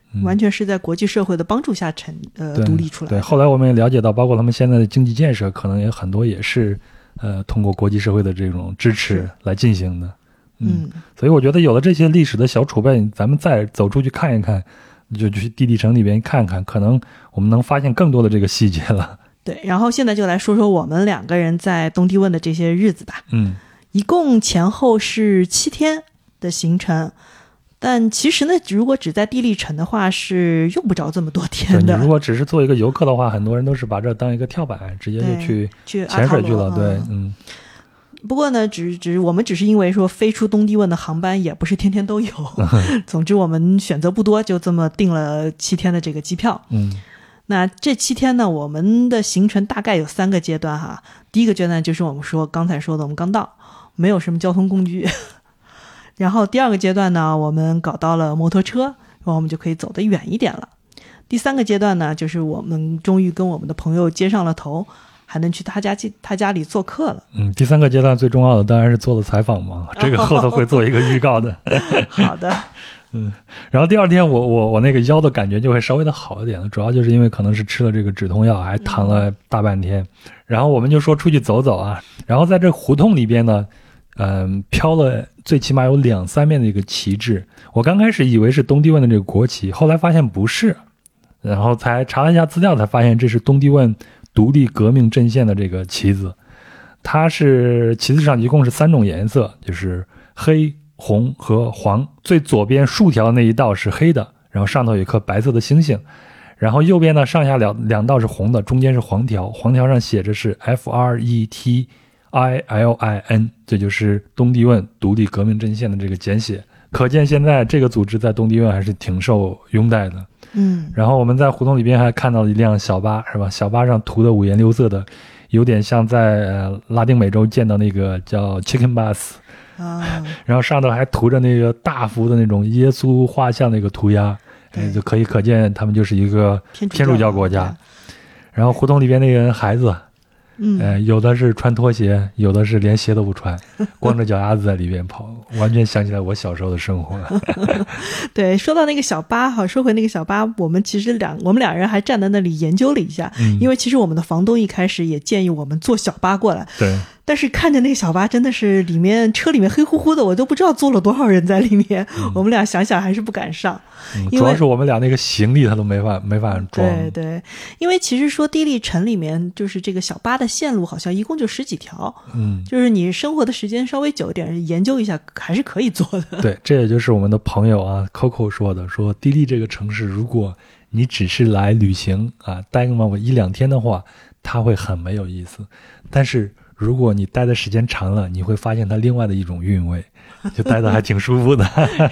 嗯、 完全是在国际社会的帮助下成呃独立出来的。 对，后来我们也了解到，包括他们现在的经济建设，可能也很多也是呃通过国际社会的这种支持来进行的。嗯，嗯所以我觉得有了这些历史的小储备，咱们再走出去看一看，就去地利城里边看看，可能我们能发现更多的这个细节了。 对，然后现在就来说说我们两个人在东帝汶的这些日子吧。 嗯， 一共前后是七天的行程，但其实呢，如果只在地利城的话，是用不着这么多天的。 你如果只是做一个游客的话，很多人都是把这当一个跳板，直接就去潜水去了。对，嗯。 不过呢，只只我们只是因为说飞出东帝汶的航班也不是天天都有，总之我们选择不多，就这么订了七天的这个机票。 嗯， 那这七天呢，我们的行程大概有三个阶段哈。第一个阶段就是我们说刚才说的，我们刚到，没有什么交通工具。然后第二个阶段呢，我们搞到了摩托车，然后我们就可以走得远一点了。第三个阶段呢，就是我们终于跟我们的朋友接上了头，还能去他家他家里做客了。 嗯，第三个阶段最重要的当然是做了采访嘛，这个后头会做一个预告的。 好的。 嗯，然后第二天我我我那个腰的感觉就会稍微的好一点了，主要就是因为可能是吃了这个止痛药，还躺了大半天。然后我们就说出去走走啊，然后在这胡同里边呢，嗯，飘了最起码有两三面的一个旗帜。我刚开始以为是东帝汶的这个国旗，后来发现不是，然后才查了一下资料，才发现这是东帝汶独立革命阵线的这个旗子。它是旗子上一共是三种颜色，就是黑、红和黄，最左边竖条那一道是黑的，然后上头有一颗白色的星星，然后右边呢上下两两道是红的，中间是黄条，黄条上写着是 F R E T I L I N， 这就是东帝汶独立革命阵线的这个简写，可见现在这个组织在东帝汶还是挺受拥戴的。 嗯， 然后我们在胡同里边还看到了一辆小巴，是吧？小巴上涂的五颜六色的，有点像在、呃、拉丁美洲见到那个叫 chicken bus。 啊， 然后上头还涂着那个大幅的那种耶稣画像那个涂鸦，哎，就可以可见他们就是一个天主教国家。然后胡同里边那个孩子， 嗯， 呃，有的是穿拖鞋，有的是连鞋都不穿，光着脚丫子在里边跑，完全想起来我小时候的生活。 对，说到那个小巴哈，说回那个小巴，我们其实两我们两人还站在那里研究了一下， 嗯、 因为其实我们的房东一开始也建议我们坐小巴过来。 对。 但是看着那个小巴真的是里面车里面黑乎乎的，我都不知道坐了多少人在里面、嗯、我们俩想想还是不敢上、 嗯、主要是我们俩那个行李他都没法没法装。 对对，因为其实说地利城里面就是这个小巴的线路好像一共就十几条， 嗯， 就是你生活的时间稍微久一点研究一下还是可以做的。 对，这也就是我们的朋友啊 Coco 说的，说地利这个城市如果你只是来旅行啊待个么一两天的话，它会很没有意思，但是如果你待的时间长了，你会发现它另外的一种韵味，就待得还挺舒服的。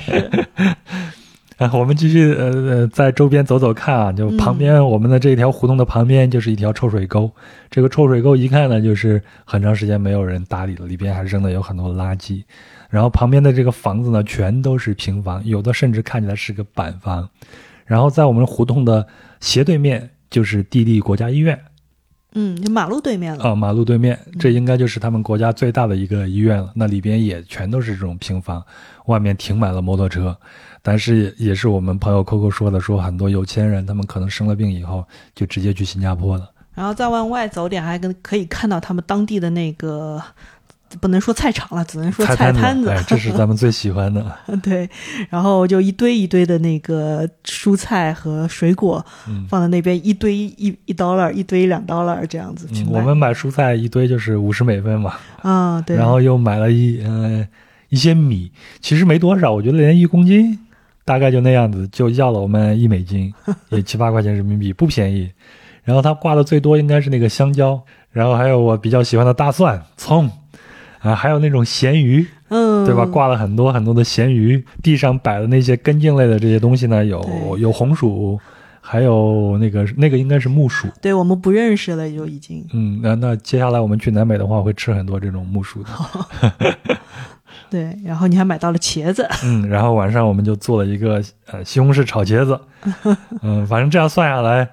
啊，我们继续呃在周边走走看啊，就旁边、嗯、我们的这条胡同的旁边就是一条臭水沟，这个臭水沟一看呢就是很长时间没有人打理了，里边还扔的有很多垃圾。然后旁边的这个房子呢全都是平房，有的甚至看起来是个板房。然后在我们胡同的斜对面就是地利国家医院。 嗯，就马路对面了啊、哦，马路对面，这应该就是他们国家最大的一个医院了。嗯、那里边也全都是这种平房，外面停满了摩托车。但是也是我们朋友 Coco 说的，说很多有钱人他们可能生了病以后就直接去新加坡了。 然后再往外走点，还跟可以看到他们当地的那个。不能说菜场了，只能说菜摊子。 哎，这是咱们最喜欢的。 对，然后就一堆一堆的那个蔬菜和水果，嗯、放在那边，一堆一一刀了，一堆两刀了，这样子去买、 嗯。我们买蔬菜一堆就是五十美分嘛。 啊，对。 然后又买了一呃一些米，其实没多少，我觉得连一公斤大概就那样子，就要了我们一美金，也七八块钱人民币，不便宜。然后他挂的最多应该是那个香蕉，然后还有我比较喜欢的大蒜、葱。啊，还有那种咸鱼， 嗯， 对吧？挂了很多很多的咸鱼，地上摆的那些根茎类的这些东西呢，有有红薯，还有那个那个应该是木薯。 对，我们不认识了，就已经。 嗯，那那接下来我们去南美的话，会吃很多这种木薯的。 对，然后你还买到了茄子。 嗯，然后晚上我们就做了一个呃西红柿炒茄子。嗯，反正这样算下来。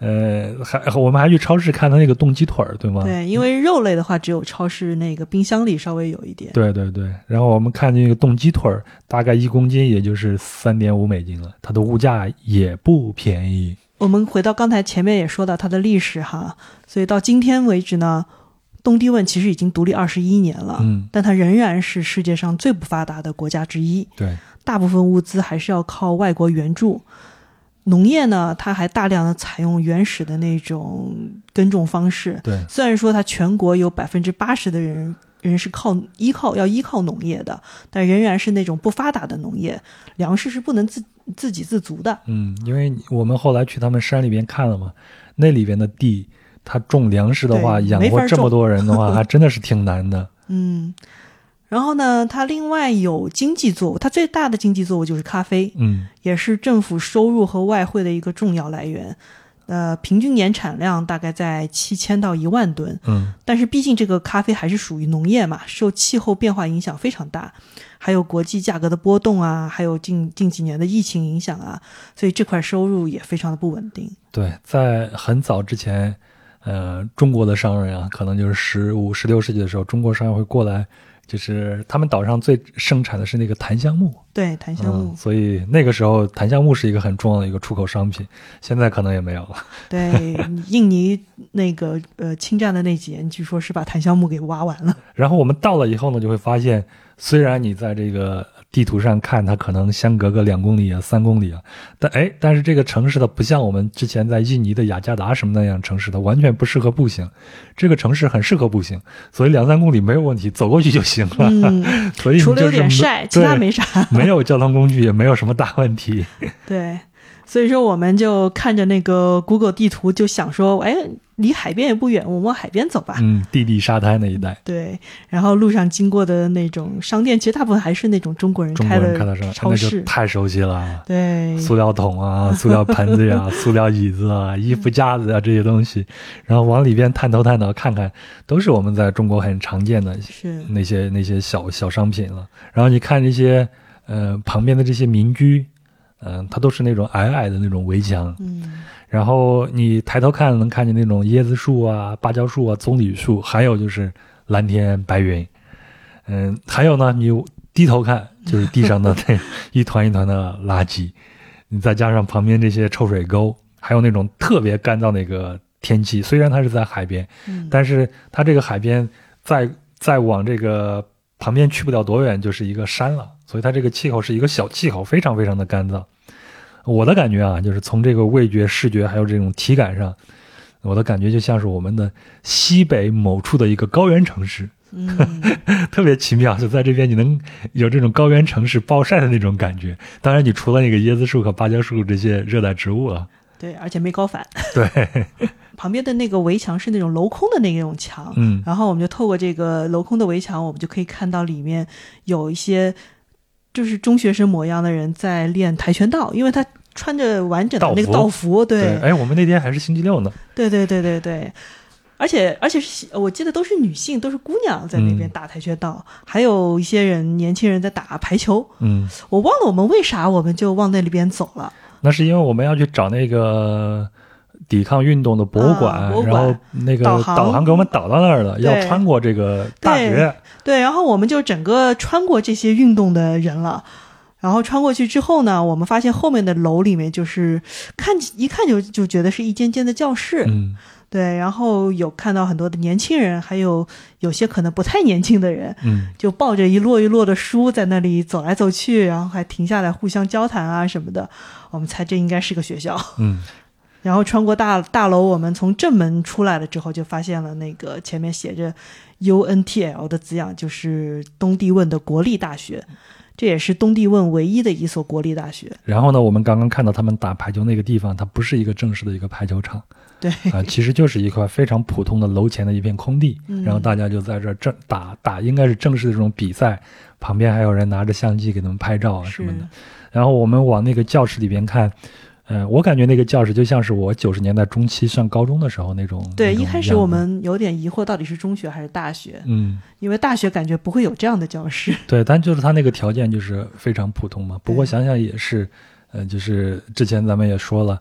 呃，还我们还去超市看他那个冻鸡腿儿，对吗？ 对，因为肉类的话，只有超市那个冰箱里稍微有一点。 对对对，然后我们看那个冻鸡腿儿，大概一公斤也就是三点五美金了，它的物价也不便宜。 我们回到刚才前面也说到它的历史哈，所以到今天为止呢，东帝汶其实已经独立二十一年了， 嗯， 但它仍然是世界上最不发达的国家之一。 对， 大部分物资还是要靠外国援助。农业呢，它还大量的采用原始的那种耕种方式。 对， 虽然说它全国有百分之八十的人人是靠依靠要依靠农业的，但仍然是那种不发达的农业，粮食是不能自自给自足的。 嗯，因为我们后来去他们山里边看了嘛，那里边的地，它种粮食的话，养活这么多人的话，还真的是挺难的。 嗯。然后呢，它另外有经济作物，它最大的经济作物就是咖啡， 嗯， 也是政府收入和外汇的一个重要来源。呃，平均年产量大概在七千到一万吨， 嗯， 但是毕竟这个咖啡还是属于农业嘛，受气候变化影响非常大，还有国际价格的波动啊，还有近近几年的疫情影响啊，所以这块收入也非常的不稳定。 对，在很早之前，呃，中国的商人啊，可能就是十五、十六世纪的时候，中国商人会过来。就是他们岛上最盛产的是那个檀香木， 对，檀香木、 嗯，所以那个时候檀香木是一个很重要的一个出口商品，现在可能也没有了。 对，印尼那个呃侵占的那几年，据说是把檀香木给挖完了。 然后我们到了以后呢，就会发现，虽然你在这个地图上看它可能相隔个两公里啊、三公里啊，但哎，但是这个城市它不像我们之前在印尼的雅加达什么那样城市，它完全不适合步行。这个城市很适合步行，所以两三公里没有问题，走过去就行了。 嗯， 所以你除了有点晒，其他没啥， 没有交通工具，也没有什么大问题。 对，所以说我们就看着那个 Google 地图，就想说，哎，离海边也不远，我们往海边走吧。 嗯，地地沙滩那一带。 对，然后路上经过的那种商店，其实大部分还是那种中国人开的超市， 那就太熟悉了。 对， 塑料桶啊，塑料盆子呀、啊，塑料椅子啊，衣服架子啊这些东西，然后往里边探头探脑看看，都是我们在中国很常见的那些那些小小商品了。然后你看这些呃旁边的这些民居，嗯、呃，它都是那种矮矮的那种围墙， 嗯。 然后你抬头看能看见那种椰子树啊、芭蕉树啊、棕榈树，还有就是蓝天白云。嗯，还有呢，你低头看就是地上的那一团一团的垃圾，你再加上旁边这些臭水沟，还有那种特别干燥那个天气。虽然它是在海边， 嗯、 但是它这个海边再再往这个旁边去不了多远就是一个山了，所以它这个气候是一个小气候，非常非常的干燥。我的感觉啊，就是从这个味觉、视觉还有这种体感上，我的感觉就像是我们的西北某处的一个高原城市， 嗯， 特别奇妙，就在这边你能有这种高原城市暴晒的那种感觉。当然，你除了那个椰子树和芭蕉树这些热带植物啊， 对，而且没高反。 对， 旁边的那个围墙是那种镂空的那种墙， 嗯， 然后我们就透过这个镂空的围墙，我们就可以看到里面有一些就是中学生模样的人在练跆拳道，因为他穿着完整的那个道服，对， 哎，我们那天还是星期六呢， 对对对对对，而且而且是我记得都是女性，都是姑娘在那边打跆拳道，嗯、还有一些人年轻人在打排球， 嗯， 我忘了我们为啥我们就往那里边走了， 那是因为我们要去找那个抵抗运动的博物馆， 啊、博物馆然后那个导航导航给我们导到那儿了，要穿过这个大学， 对，对，然后我们就整个穿过这些运动的人了。然后穿过去之后呢，我们发现后面的楼里面就是看一看就就觉得是一间间的教室， 嗯， 对，然后有看到很多的年轻人，还有有些可能不太年轻的人， 嗯， 就抱着一摞一摞的书在那里走来走去，然后还停下来互相交谈啊什么的，我们猜这应该是个学校， 嗯， 然后穿过大大楼，我们从正门出来了之后，就发现了那个前面写着 U N T L 的字样，就是东帝汶的国立大学。这也是东帝汶唯一的一所国立大学。 然后呢，我们刚刚看到他们打排球那个地方，它不是一个正式的一个排球场， 对啊、呃，其实就是一块非常普通的楼前的一片空地， 嗯、 然后大家就在这儿正打打，应该是正式的这种比赛，旁边还有人拿着相机给他们拍照啊什么的。然后我们往那个教室里边看。呃，我感觉那个教室就像是我九十年代中期上高中的时候那种。 对，一开始我们有点疑惑，到底是中学还是大学？ 嗯， 因为大学感觉不会有这样的教室。 对，但就是他那个条件就是非常普通嘛。不过想想也是，呃，就是之前咱们也说了，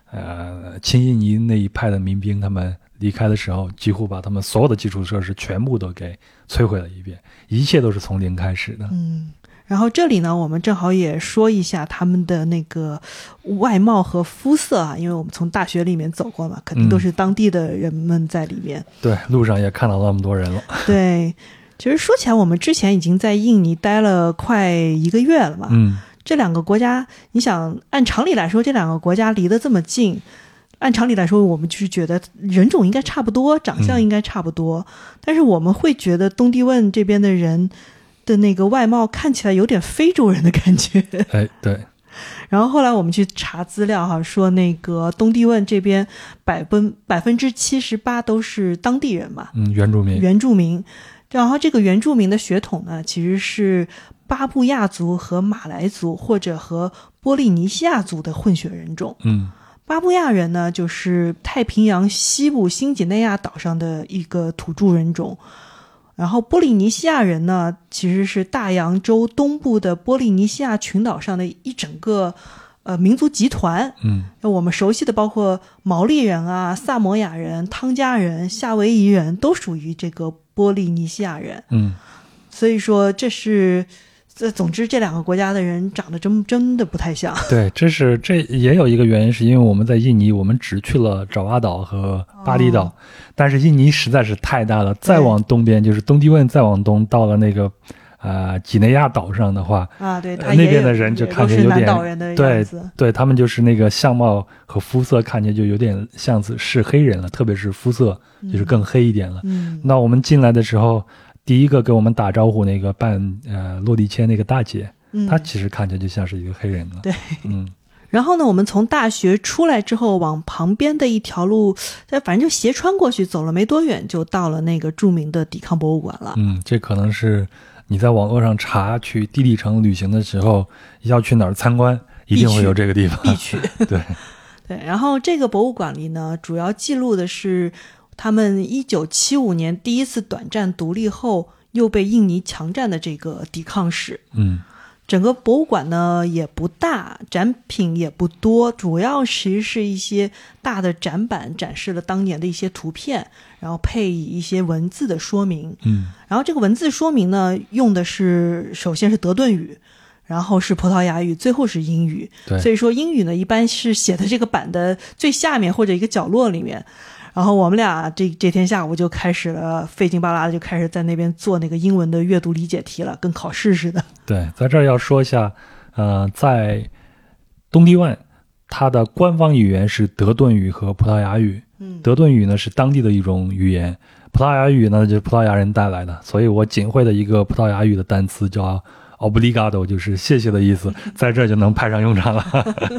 呃亲印尼那一派的民兵他们离开的时候，几乎把他们所有的基础设施全部都给摧毁了一遍，一切都是从零开始的。 嗯，然后这里呢，我们正好也说一下他们的那个外貌和肤色啊，因为我们从大学里面走过嘛，肯定都是当地的人们在里面。 嗯、对，路上也看到那么多人了。 对，其实说起来，我们之前已经在印尼待了快一个月了嘛。 嗯， 这两个国家，你想按常理来说，这两个国家离得这么近，按常理来说，我们就是觉得人种应该差不多，长相应该差不多，嗯、但是我们会觉得东帝汶这边的人的那个外貌看起来有点非洲人的感觉。 哎，对。 然后后来我们去查资料哈，说那个东帝汶这边百分百分之七十八都是当地人嘛， 嗯，原住民， 原住民。然后这个原住民的血统呢，其实是巴布亚族和马来族或者和波利尼西亚族的混血人种。 嗯， 巴布亚人呢，就是太平洋西部新几内亚岛上的一个土著人种。然后波利尼西亚人呢，其实是大洋洲东部的波利尼西亚群岛上的一整个呃民族集团。 嗯， 我们熟悉的包括毛利人啊、萨摩亚人、汤加人、夏威夷人都属于这个波利尼西亚人。 嗯， 所以说这是这总之这两个国家的人长得真真的不太像。 对，这是这也有一个原因，是因为我们在印尼我们只去了爪哇岛和巴厘岛、哦、但是印尼实在是太大了，再往东边就是东帝汶，再往东到了那个呃几内亚岛上的话啊，对， 呃、那边的人就看起来有点南岛人的样子， 对对，他们就是那个相貌和肤色看起来就有点像是黑人了，特别是肤色就是更黑一点了。 嗯， 那我们进来的时候，第一个给我们打招呼那个办呃落地签那个大姐， 嗯， 她其实看起来就像是一个黑人了。 对， 嗯。 然后呢，我们从大学出来之后，往旁边的一条路，反正就斜穿过去，走了没多远，就到了那个著名的抵抗博物馆了。 嗯，这可能是你在网络上查去地利城旅行的时候要去哪儿参观，一定会有这个地方必去。必去对对，然后这个博物馆里呢，主要记录的是他们一九七五年第一次短暂独立后又被印尼强占的这个抵抗史。 嗯。 整个博物馆呢也不大，展品也不多，主要其实是一些大的展板展示了当年的一些图片，然后配以一些文字的说明。 嗯， 然后这个文字说明呢，用的是首先是德顿语，然后是葡萄牙语，最后是英语。 对， 所以说英语呢一般是写在这个板的最下面或者一个角落里面。然后我们俩这这天下午就开始了费劲巴拉的就开始在那边做那个英文的阅读理解题了，跟考试似的。 对，在这儿要说一下，呃，在东帝汶，它的官方语言是德顿语和葡萄牙语。 嗯， 德顿语呢是当地的一种语言，葡萄牙语呢就是葡萄牙人带来的，所以我仅会的一个葡萄牙语的单词叫 obrigado， 就是谢谢的意思，在这儿就能派上用场了。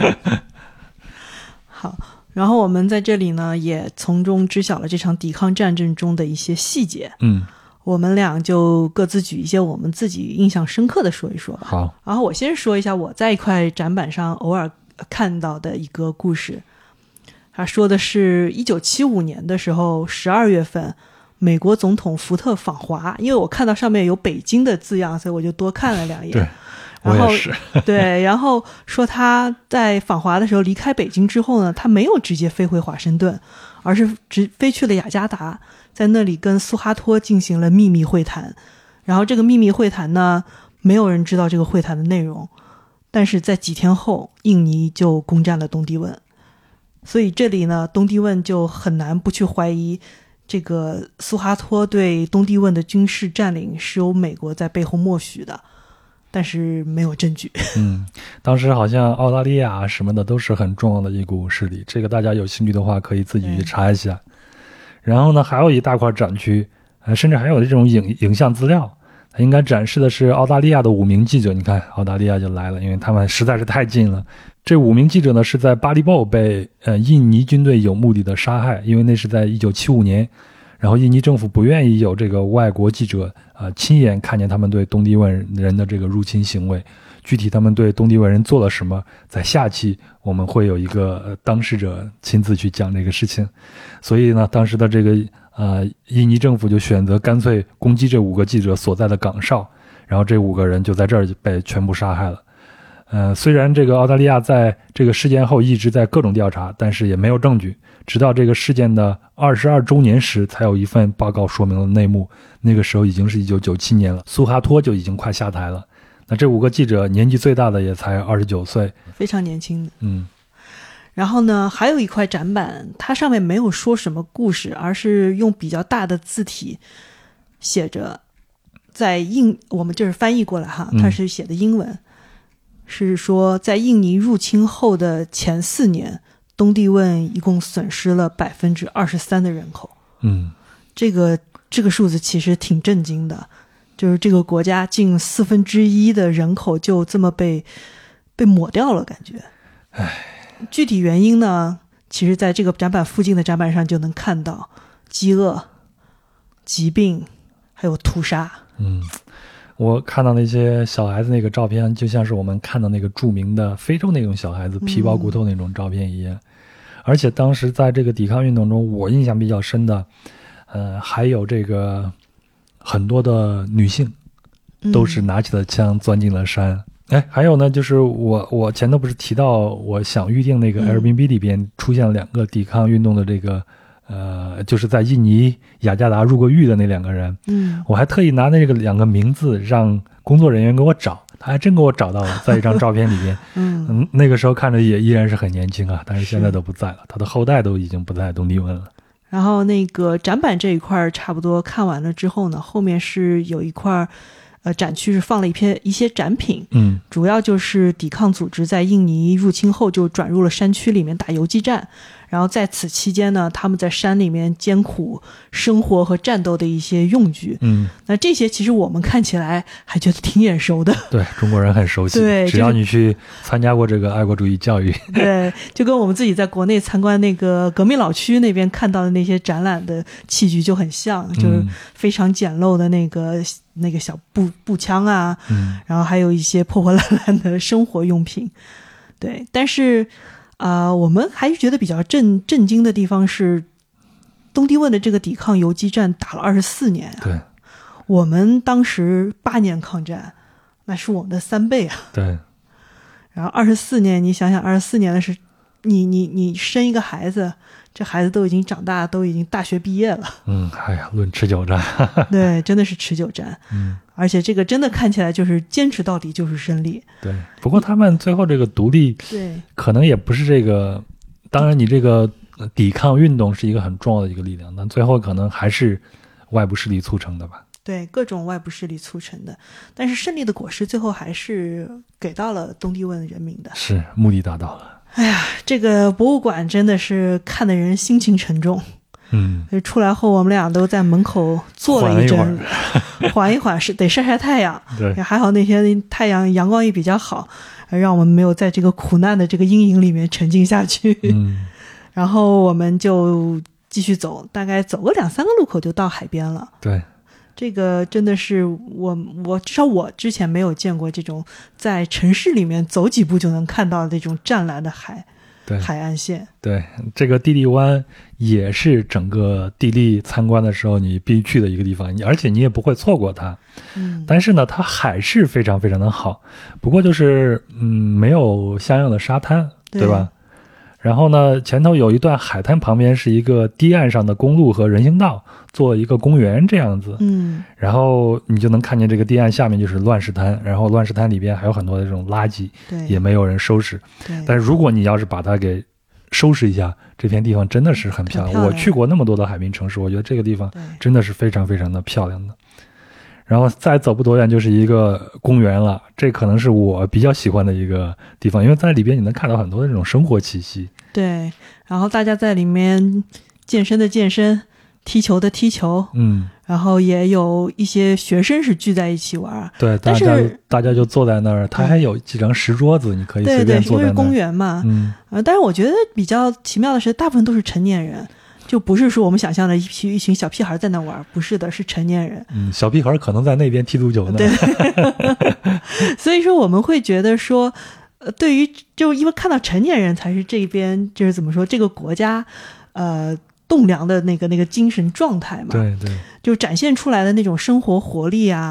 好。然后我们在这里呢，也从中知晓了这场抵抗战争中的一些细节。 嗯， 我们俩就各自举一些我们自己印象深刻的说一说吧。 好， 然后我先说一下我在一块展板上偶尔看到的一个故事。他说的是一九七五年的时候十二月份，美国总统福特访华，因为我看到上面有北京的字样，所以我就多看了两眼。 对。 然后我也是对，然后说他在访华的时候离开北京之后呢，他没有直接飞回华盛顿，而是直飞去了雅加达，在那里跟苏哈托进行了秘密会谈。然后这个秘密会谈呢，没有人知道这个会谈的内容，但是在几天后，印尼就攻占了东帝汶，所以这里呢，东帝汶就很难不去怀疑这个苏哈托对东帝汶的军事占领是由美国在背后默许的。但是没有证据。 嗯，当时好像澳大利亚什么的都是很重要的一股势力，这个大家有兴趣的话可以自己去查一下。然后呢，还有一大块展区，呃，甚至还有这种影影像资料，它应该展示的是澳大利亚的五名记者。你看，澳大利亚就来了，因为他们实在是太近了。这五名记者呢是在巴利鲍被呃印尼军队有目的的杀害，因为那是在一九七五年。然后印尼政府不愿意有这个外国记者呃亲眼看见他们对东帝汶人的这个入侵行为，具体他们对东帝汶人做了什么，在下期我们会有一个、呃、当事者亲自去讲这个事情。所以呢，当时的这个呃印尼政府就选择干脆攻击这五个记者所在的岗哨，然后这五个人就在这儿被全部杀害了。 呃，虽然这个澳大利亚在这个事件后一直在各种调查，但是也没有证据，直到这个事件的二十二周年时才有一份报告说明了内幕，那个时候已经是一九九七年了，苏哈托就已经快下台了。那这五个记者年纪最大的也才二十九岁， 非常年轻的。 嗯。 然后呢，还有一块展板，它上面没有说什么故事，而是用比较大的字体写着，在印，我们这是翻译过来哈，它是写的英文，嗯、是说在印尼入侵后的前四年，东帝汶一共损失了百分之二十三的人口。 嗯， 这个这个数字其实挺震惊的，就是这个国家近四分之一的人口就这么被被抹掉了，感觉。 唉。 具体原因呢，其实在这个展板附近的展板上就能看到饥饿、疾病还有屠杀。 嗯，我看到那些小孩子那个照片，就像是我们看到那个著名的非洲那种小孩子皮包骨头那种照片一样、嗯、而且当时在这个抵抗运动中，我印象比较深的呃，还有这个很多的女性都是拿起了枪钻进了山、嗯哎，还有呢，就是我我前头不是提到我想预定那个 Airbnb 里边出现了两个抵抗运动的这个、嗯、呃，就是在印尼雅加达入过狱的那两个人， 嗯， 我还特意拿那个两个名字让工作人员给我找，他还真给我找到了，在一张照片里边， 嗯, 嗯，那个时候看着也依然是很年轻啊，但是现在都不在了，他的后代都已经不在东帝汶了。 然后那个展板这一块差不多看完了之后呢，后面是有一块。呃，展区是放了一篇一些展品， 嗯， 主要就是抵抗组织在印尼入侵后就转入了山区里面打游击战，然后在此期间呢，他们在山里面艰苦生活和战斗的一些用具， 嗯， 那这些其实我们看起来还觉得挺眼熟的， 对，中国人很熟悉， 对， 只要你去参加过这个爱国主义教育， 对，就跟我们自己在国内参观那个革命老区那边看到的那些展览的器具就很像，就是非常简陋的那个。那个小步步枪啊、 嗯， 然后还有一些破破烂烂的生活用品，对，但是啊、呃，我们还是觉得比较震震惊的地方是，东帝汶的这个抵抗游击战打了二十四年啊， 对， 我们当时八年抗战，那是我们的三倍啊， 对， 然后二十四年，你想想二十四年的是，你你你生一个孩子。这孩子都已经长大，都已经大学毕业了。 嗯，哎呀，论持久战， 对，真的是持久战。 嗯， 而且这个真的看起来就是坚持到底就是胜利。 对，不过他们最后这个独立， 对， 可能也不是这个。当然，你这个抵抗运动是一个很重要的一个力量，但最后可能还是外部势力促成的吧。 对，各种外部势力促成的，但是胜利的果实最后还是给到了东帝汶人民的。 是，目的达到了。 哎呀，这个博物馆真的是看得人心情沉重。 嗯， 出来后我们俩都在门口坐了一阵，缓一缓，是得晒晒太阳。 对， 还好那天太阳阳光也比较好，让我们没有在这个苦难的这个阴影里面沉浸下去。 嗯， 然后我们就继续走，大概走个两三个路口就到海边了。 对。 这个真的是我我至少我之前没有见过这种在城市里面走几步就能看到的这种湛蓝的海， 对， 海岸线。 对，这个地利湾也是整个地利参观的时候你必去的一个地方，而且你也不会错过它。 嗯， 但是呢，它海是非常非常的好，不过就是嗯没有相应的沙滩， 对, 对吧？然后呢，前头有一段海滩，旁边是一个堤岸上的公路和人行道，做一个公园这样子。 嗯， 然后你就能看见这个堤岸下面就是乱石滩，然后乱石滩里边还有很多的这种垃圾， 对， 也没有人收拾。 对， 但是如果你要是把它给收拾一下，这片地方真的是很漂亮。 漂亮， 我去过那么多的海滨城市，我觉得这个地方真的是非常非常的漂亮的。然后再走不多远就是一个公园了，这可能是我比较喜欢的一个地方，因为在里边你能看到很多的这种生活气息。 对，然后大家在里面健身的健身，踢球的踢球， 嗯， 然后也有一些学生是聚在一起玩。 对，大家大家就坐在那儿，他还有几张石桌子，你可以随便坐在那儿。 对对，因为是公园嘛， 嗯， 呃，但是我觉得比较奇妙的是，大部分都是成年人。就不是说我们想象的一批一群小屁孩在那玩，不是的，是成年人。 嗯，小屁孩可能在那边踢足球呢。 对，所以说我们会觉得说，呃，对于就因为看到成年人才是这边就是怎么说这个国家，呃，栋梁的那个那个精神状态嘛。 对对， 就展现出来的那种生活活力啊，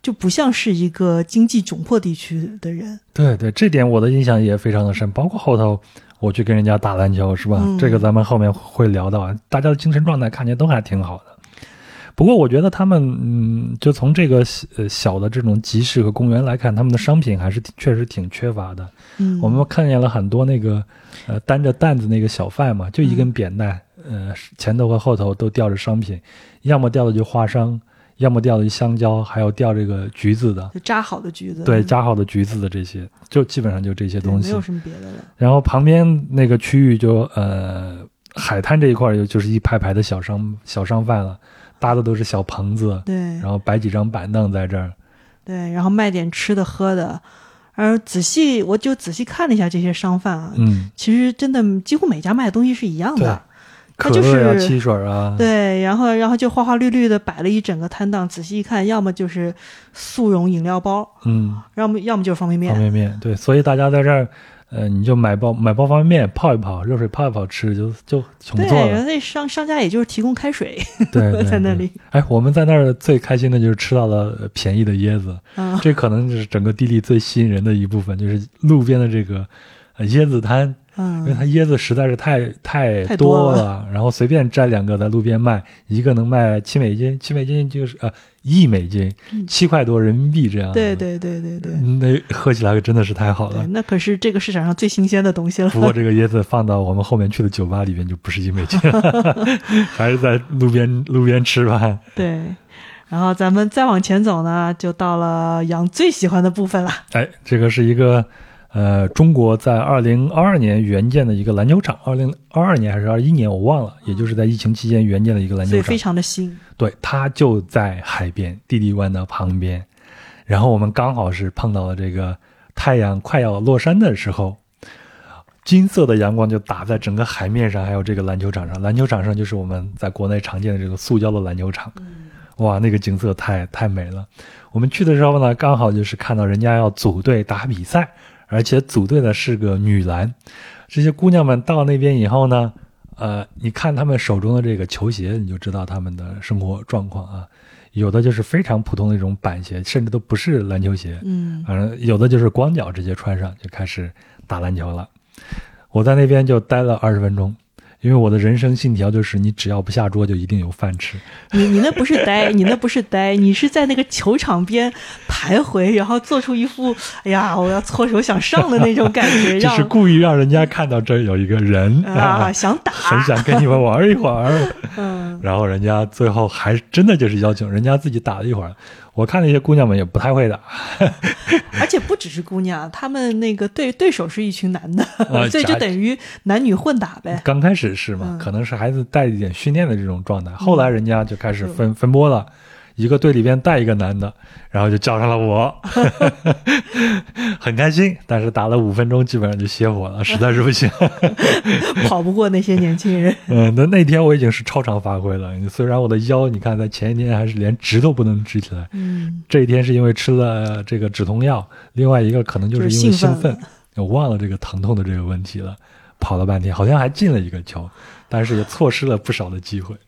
就不像是一个经济窘迫地区的人。 对对，这点我的印象也非常的深，包括后头我去跟人家打篮球是吧、嗯、这个咱们后面会聊到，大家的精神状态看起来都还挺好的。不过我觉得他们嗯，就从这个呃小的这种集市和公园来看，他们的商品还是确实挺缺乏的。 嗯， 我们看见了很多那个呃担着担子那个小贩嘛，就一根扁担、嗯、呃前头和后头都吊着商品，要么吊的就花生，要么吊的香蕉，还有吊这个橘子的， 就扎好的橘子。 对，扎好的橘子的这些，就基本上就这些东西， 没有什么别的了。 然后旁边那个区域就呃海滩这一块就就是一排排的小商小商贩了。搭的都是小棚子， 对， 然后摆几张板凳在这儿， 对，然后卖点吃的喝的。而仔细我就仔细看了一下这些商贩啊， 嗯， 其实真的几乎每家卖的东西是一样的， 可乐啊、汽水啊， 对，然后然后就花花绿绿的摆了一整个摊档，仔细一看，要么就是速溶饮料包， 嗯， 要么要么就是方便面， 方便面，对，所以大家在这儿。呃，你就买包买包方便面泡一泡，热水泡一泡吃，就就穷做了。 对，那商商家也就是提供开水， 对，对在那里。 哎，我们在那儿最开心的就是吃到了便宜的椰子， 嗯、 这可能就是整个地利最吸引人的一部分，就是路边的这个呃椰子摊。 嗯， 因为它椰子实在是太太太多了， 了然后随便摘两个在路边卖，一个能卖七美金，七美金就是呃一美金，七块多人民币这样。 对对对对对， 那喝起来可真的是太好了。 那可是这个市场上最新鲜的东西了。 不过这个椰子放到我们后面去的酒吧里边就不是一美金了，还是在路边路边吃吧。 对。然后咱们再往前走呢，就到了杨最喜欢的部分了。 哎，这个是一个。呃，中国在二零二二年援建的一个篮球场，二零二二年还是二一年我忘了，也就是在疫情期间援建的一个篮球场， 所以非常的新。 对，它就在海边，地利湾的旁边。然后我们刚好是碰到了这个太阳快要落山的时候，金色的阳光就打在整个海面上，还有这个篮球场上。篮球场上就是我们在国内常见的这个塑胶的篮球场。 嗯、 哇，那个景色太太美了。我们去的时候呢，刚好就是看到人家要组队打比赛。而且组队的是个女篮，这些姑娘们到那边以后呢，呃，你看她们手中的这个球鞋，你就知道她们的生活状况啊。有的就是非常普通的一种板鞋，甚至都不是篮球鞋， 嗯， 反正有的就是光脚直接穿上就开始打篮球了。我在那边就待了二十分钟。因为我的人生信条就是你只要不下桌就一定有饭吃。 你你那不是呆，你那不是呆，你是在那个球场边徘徊，然后做出一副哎呀我要搓手想上的那种感觉， 就是故意让人家看到这有一个人啊想打， 很想跟你们玩一会儿。 嗯， 然后人家最后还真的就是邀请人家自己打了一会儿。我看那些姑娘们也不太会打， 而且不只是姑娘，他们那个对对手是一群男的， 呃、 所以就等于男女混打呗。 刚开始是嘛、嗯，可能是孩子带一点训练的这种状态，嗯、后来人家就开始分、嗯、分拨了，一个队里边带一个男的，然后就叫上了我，很开心。但是打了五分钟，基本上就歇火了，实在是不行， 跑不过那些年轻人。 嗯，那那天我已经是超常发挥了，虽然我的腰，你看在前一天还是连直都不能直起来， 嗯， 这一天是因为吃了这个止痛药，另外一个可能就是因为兴奋， 就是、 我忘了这个疼痛的这个问题了，跑了半天，好像还进了一个球，但是也错失了不少的机会。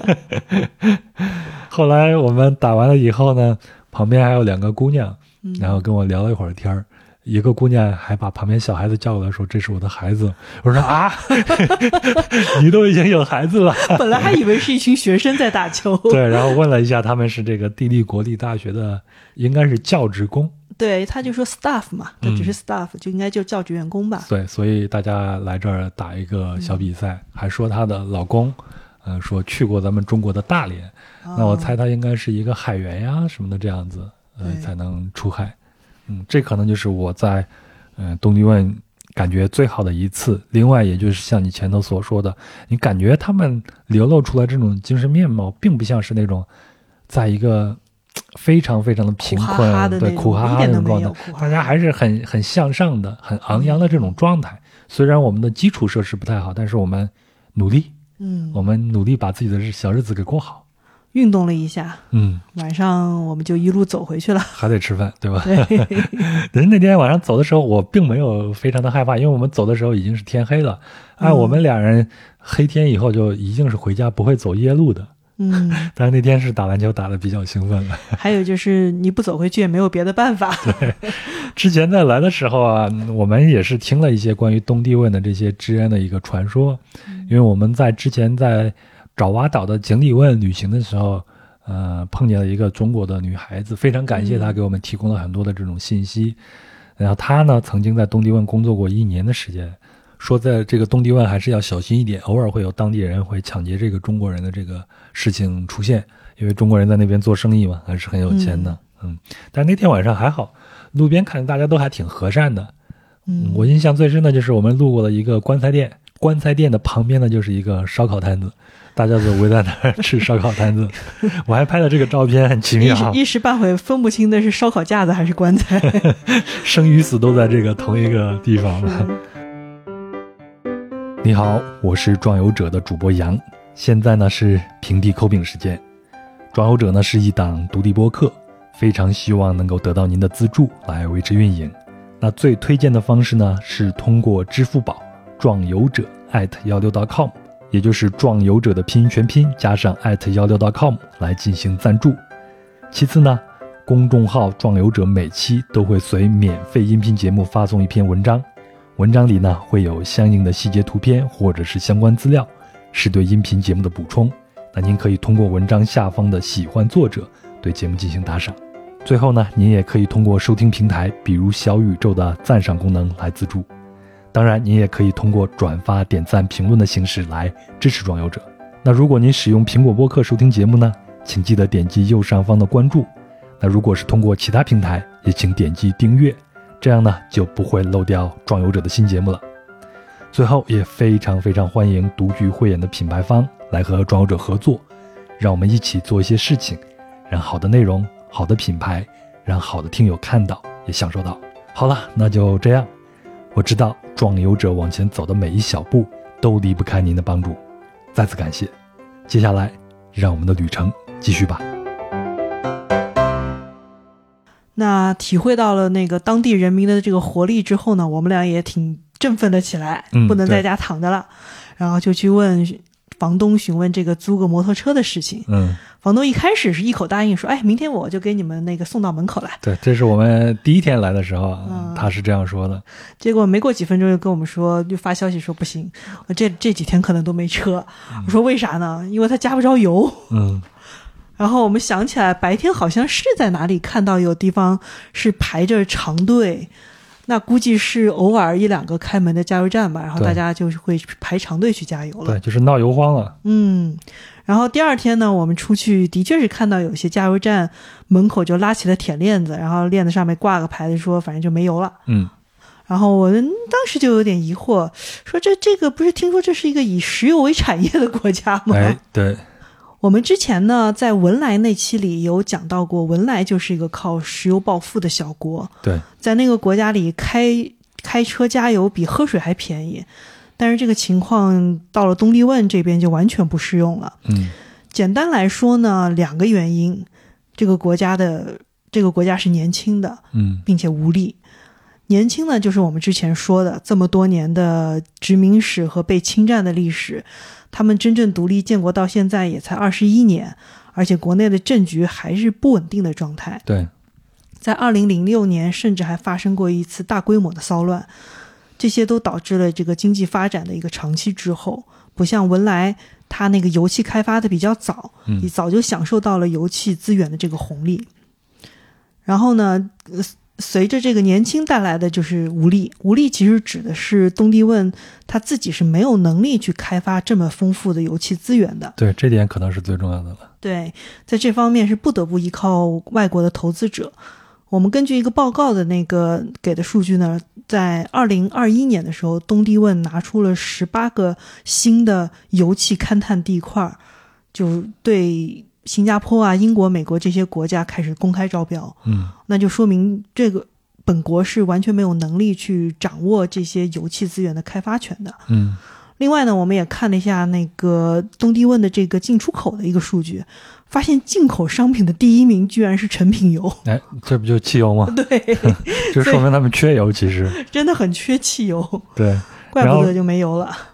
后来我们打完了以后呢，旁边还有两个姑娘，然后跟我聊了一会儿天儿。一个姑娘还把旁边小孩子叫过来说这是我的孩子。我说啊你都已经有孩子了。 本来还以为是一群学生在打球。 对，然后问了一下他们是这个地利国立大学的应该是教职工。 对，他就说 staff 嘛，他只是 staff、嗯、就应该就教职员工吧。 对，所以大家来这儿打一个小比赛、嗯、还说她的老公呃，说去过咱们中国的大连、哦、那我猜他应该是一个海员呀什么的这样子呃，才能出海。嗯，这可能就是我在呃东帝汶感觉最好的一次。另外也就是像你前头所说的，你感觉他们流露出来这种精神面貌并不像是那种在一个非常非常的贫困苦哈哈的对苦哈哈的那种状态， 哈哈大家还是很很向上的很昂扬的这种状态、嗯、虽然我们的基础设施不太好，但是我们努力嗯，我们努力把自己的小日子给过好。 运动了一下， 嗯， 晚上我们就一路走回去了， 还得吃饭，对吧？ 对。 但是那天晚上走的时候，我并没有非常的害怕，因为我们走的时候已经是天黑了。按、嗯啊、我们俩人黑天以后就一定是回家，不会走夜路的， 嗯， 但是那天是打篮球打得比较兴奋了。 还有就是你不走回去也没有别的办法。 对，之前在来的时候啊，我们也是听了一些关于东帝汶的这些治安的一个传说，因为我们在之前在爪哇岛的井里汶旅行的时候，呃，碰见了一个中国的女孩子，非常感谢她给我们提供了很多的这种信息。然后她呢，曾经在东帝汶工作过一年的时间，说在这个东帝汶还是要小心一点，偶尔会有当地人会抢劫这个中国人的这个事情出现，因为中国人在那边做生意嘛，还是很有钱的。嗯，嗯但那天晚上还好，路边看着大家都还挺和善的。嗯，我印象最深的就是我们路过了一个棺材店，棺材店的旁边呢就是一个烧烤摊子，大家都围在那儿吃烧烤摊子。我还拍了这个照片，很奇妙， 一时一时半会分不清的是烧烤架子还是棺材。 生与死都在这个同一个地方了。你好，我是壮游者的主播杨，现在呢是平地抠饼时间。壮游者呢是一档独立播客，非常希望能够得到您的资助来维持运营。那最推荐的方式呢是通过支付宝壮游者 at 一六 点 com， 也就是壮游者的拼音全拼加上 at 一六 点 com 来进行赞助。其次呢，公众号壮游者每期都会随免费音频节目发送一篇文章，文章里呢会有相应的细节图片或者是相关资料，是对音频节目的补充。那您可以通过文章下方的喜欢作者对节目进行打赏。最后呢，您也可以通过收听平台比如小宇宙的赞赏功能来资助。当然您也可以通过转发点赞评论的形式来支持壮游者。那如果您使用苹果播客收听节目呢，请记得点击右上方的关注。那如果是通过其他平台，也请点击订阅，这样呢就不会漏掉壮游者的新节目了。最后也非常非常欢迎独具慧眼的品牌方来和壮游者合作，让我们一起做一些事情，让好的内容、好的品牌，让好的听友看到也享受到。好了，那就这样。我知道壮游者往前走的每一小步都离不开您的帮助，再次感谢。接下来让我们的旅程继续吧。 那体会到了那个当地人民的这个活力之后呢，我们俩也挺振奋了起来， 嗯， 不能在家躺着了，然后就去问房东询问这个租个摩托车的事情。 嗯， 房东一开始是一口答应说，哎，明天我就给你们那个送到门口来。 对，这是我们第一天来的时候，嗯、他是这样说的。 结果没过几分钟就跟我们说，就发消息说不行，我这这几天可能都没车。嗯、我说为啥呢？因为他加不着油。 嗯。 然后我们想起来，白天好像是在哪里看到有地方是排着长队，那估计是偶尔一两个开门的加油站吧，然后大家就会排长队去加油了。 对，就是闹油荒了。 嗯，然后第二天呢，我们出去的确是看到有些加油站门口就拉起了铁链子，然后链子上面挂个牌子说反正就没油了。 嗯。 然后我们当时就有点疑惑，说这这个不是听说这是一个以石油为产业的国家吗？ 哎，对。 我们之前呢在文莱那期里有讲到过，文莱就是一个靠石油暴富的小国。 对， 在那个国家里开开车加油比喝水还便宜，但是这个情况到了东帝汶这边就完全不适用了。 嗯， 简单来说呢，两个原因，这个国家的这个国家是年轻的， 嗯， 并且无力。年轻呢，就是我们之前说的这么多年的殖民史和被侵占的历史，他们真正独立建国到现在也才二十一年，而且国内的政局还是不稳定的状态。 对， 在二零零六年甚至还发生过一次大规模的骚乱，这些都导致了这个经济发展的一个长期滞后。不像文莱，它那个油气开发的比较早，你早就享受到了油气资源的这个红利。然后呢，随着这个年轻带来的就是无力，无力其实指的是东帝汶他自己是没有能力去开发这么丰富的油气资源的。 对，这点可能是最重要的了。 对，在这方面是不得不依靠外国的投资者。我们根据一个报告的那个给的数据呢，在二零二一年的时候，东帝汶拿出了十八个新的油气勘探地块，就对新加坡啊、英国、美国这些国家开始公开招标。 嗯， 那就说明这个本国是完全没有能力去掌握这些油气资源的开发权的。 嗯， 另外呢，我们也看了一下那个东帝汶的这个进出口的一个数据，发现进口商品的第一名居然是成品油。 哎，这不就汽油吗？ 对， 这说明他们缺油，其实真的很缺汽油。 对， 怪不得就没油了。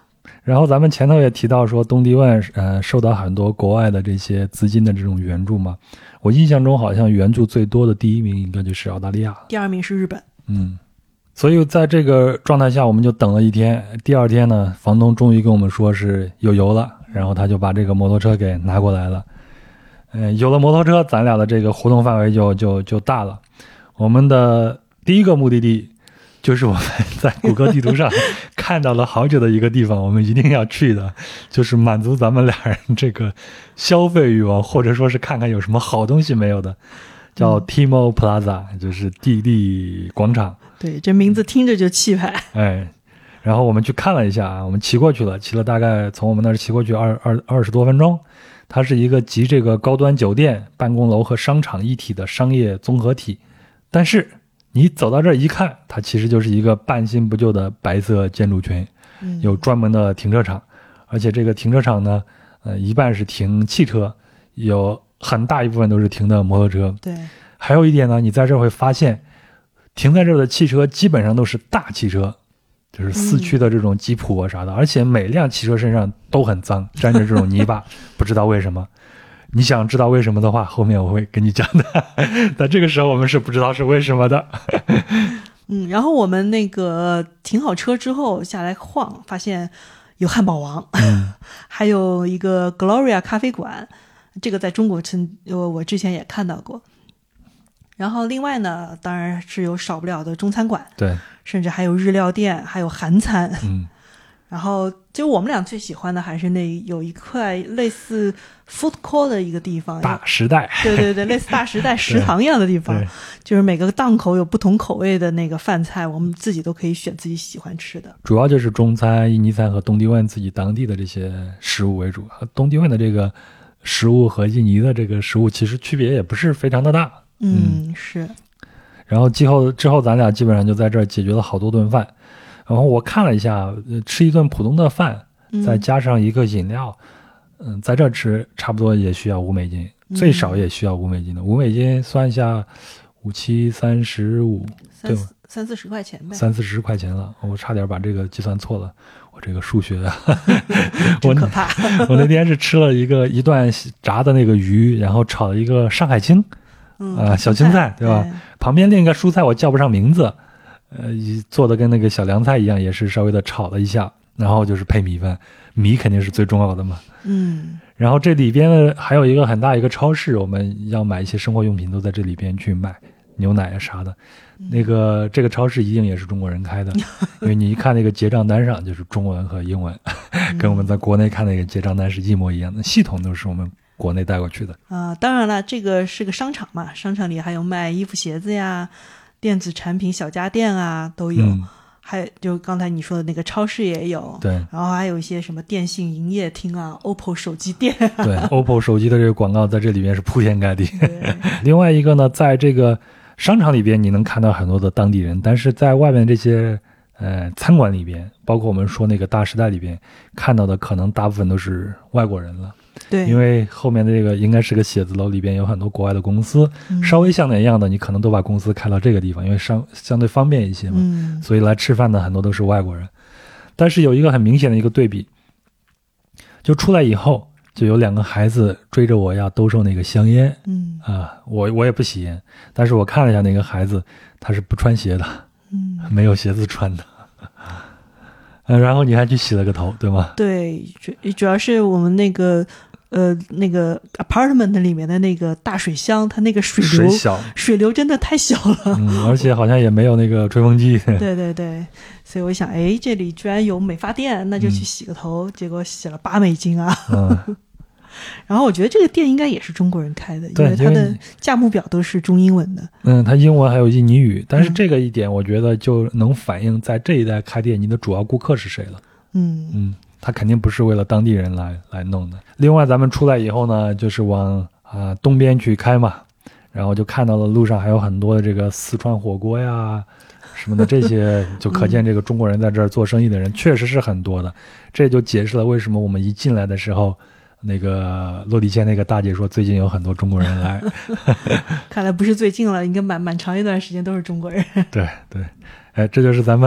然后咱们前头也提到说东帝汶呃受到很多国外的这些资金的这种援助嘛，我印象中好像援助最多的第一名应该就是澳大利亚， 第二名是日本。 嗯，所以在这个状态下我们就等了一天，第二天呢房东终于跟我们说是有油了，然后他就把这个摩托车给拿过来了。嗯，有了摩托车，咱俩的这个活动范围就就就大了。我们的第一个目的地就是我们在谷歌地图上看到了好久的一个地方，我们一定要去的，就是满足咱们俩人这个消费欲望，或者说是看看有什么好东西没有的，叫 T-Mobile Plaza， 就是地利广场。 对，这名字听着就气派。 哎，然后我们去看了一下啊，我们骑过去了，骑了大概从我们那儿骑过去二二二十多分钟。它是一个集这个高端酒店、办公楼和商场一体的商业综合体，但是你走到这儿一看，它其实就是一个半新不旧的白色建筑群，有专门的停车场，而且这个停车场呢，呃，一半是停汽车，有很大一部分都是停的摩托车。 对， 还有一点呢，你在这儿会发现，停在这儿的汽车基本上都是大汽车。就是四驱的这种吉普啊啥的、嗯、而且每辆汽车身上都很脏，沾着这种泥巴不知道为什么。你想知道为什么的话，后面我会跟你讲的但这个时候我们是不知道是为什么的嗯，然后我们那个停好车之后下来晃，发现有汉堡王、嗯、还有一个 Gloria 咖啡馆，这个在中国我之前也看到过。然后另外呢，当然是有少不了的中餐馆， 对， 甚至还有日料店，还有韩餐。 嗯， 然后就我们俩最喜欢的还是那有一块类似 food court 的一个地方， 大时代， 对对对，类似大时代食堂一样的地方，就是每个档口有不同口味的那个饭菜，我们自己都可以选自己喜欢吃的。主要就是中餐、印尼餐和东帝汶自己当地的这些食物为主。东帝汶的这个食物和印尼的这个食物其实区别也不是非常的大。 嗯，嗯是。 然后之后之后咱俩基本上就在这儿解决了好多顿饭。然后我看了一下，吃一顿普通的饭，再加上一个饮料，嗯，嗯在这儿吃差不多也需要五美金，最少也需要五美金的。五美金算一下，五七三十五，对吗？ 三四十块钱呗。 三四十块钱了，我差点把这个计算错了，我这个数学啊， 真可怕。 我那天是吃了一个一段炸的那个鱼，然后炒了一个上海青。 嗯、 啊，小青菜对吧？对，旁边另一个蔬菜我叫不上名字，呃，做的跟那个小凉菜一样，也是稍微的炒了一下，然后就是配米饭，米肯定是最重要的嘛。 嗯。 然后这里边呢还有一个很大一个超市，我们要买一些生活用品都在这里边去买，牛奶啊啥的。嗯、那个这个超市一定也是中国人开的，因为你一看那个结账单上就是中文和英文，跟我们在国内看那个结账单是一模一样的，系统都是我们国内带过去的啊、呃，当然了，这个是个商场嘛，商场里还有卖衣服、鞋子呀、电子产品、小家电啊都有，嗯、还就刚才你说的那个超市也有， 对， 然后还有一些什么电信营业厅啊、O P P O 手机店、啊， 对 ，O P P O 手机的这个广告在这里面是铺天盖地。另外一个呢，在这个商场里边你能看到很多的当地人，但是在外面这些呃餐馆里边，包括我们说那个大时代里边看到的，可能大部分都是外国人了。 对， 因为后面的这个应该是个写字楼，里边有很多国外的公司，嗯、稍微像哪样的，你可能都把公司开到这个地方，因为相相对方便一些嘛， 嗯、 所以来吃饭的很多都是外国人。但是有一个很明显的一个对比，就出来以后，就有两个孩子追着我要兜售那个香烟， 嗯啊，我我也不吸烟，但是我看了一下那个孩子，他是不穿鞋的， 嗯， 没有鞋子穿的。嗯，然后你还去洗了个头，对吗？ 对，主主要是我们那个呃那个 apartment 里面的那个大水箱，它那个水流水小， 水流真的太小了， 嗯，而且好像也没有那个吹风机。 对对对，所以我想，哎，这里居然有美发店，那就去洗个头，嗯、结果洗了八美金啊。 嗯然后我觉得这个店应该也是中国人开的，因为它的价目表都是中英文的。 嗯，它英文还有印尼语，但是这个一点我觉得就能反映在这一带开店你的主要顾客是谁了。 嗯嗯，他肯定不是为了当地人来来弄的。另外咱们出来以后呢，就是往啊、呃、东边去开嘛，然后就看到了路上还有很多的这个四川火锅呀什么的，这些就可见这个中国人在这儿做生意的人确实是很多的。这就解释了为什么我们一进来的时候，那个落地签那个大姐说最近有很多中国人来。 看来不是最近了，应该蛮蛮长一段时间都是中国人。 对对，哎，这就是咱们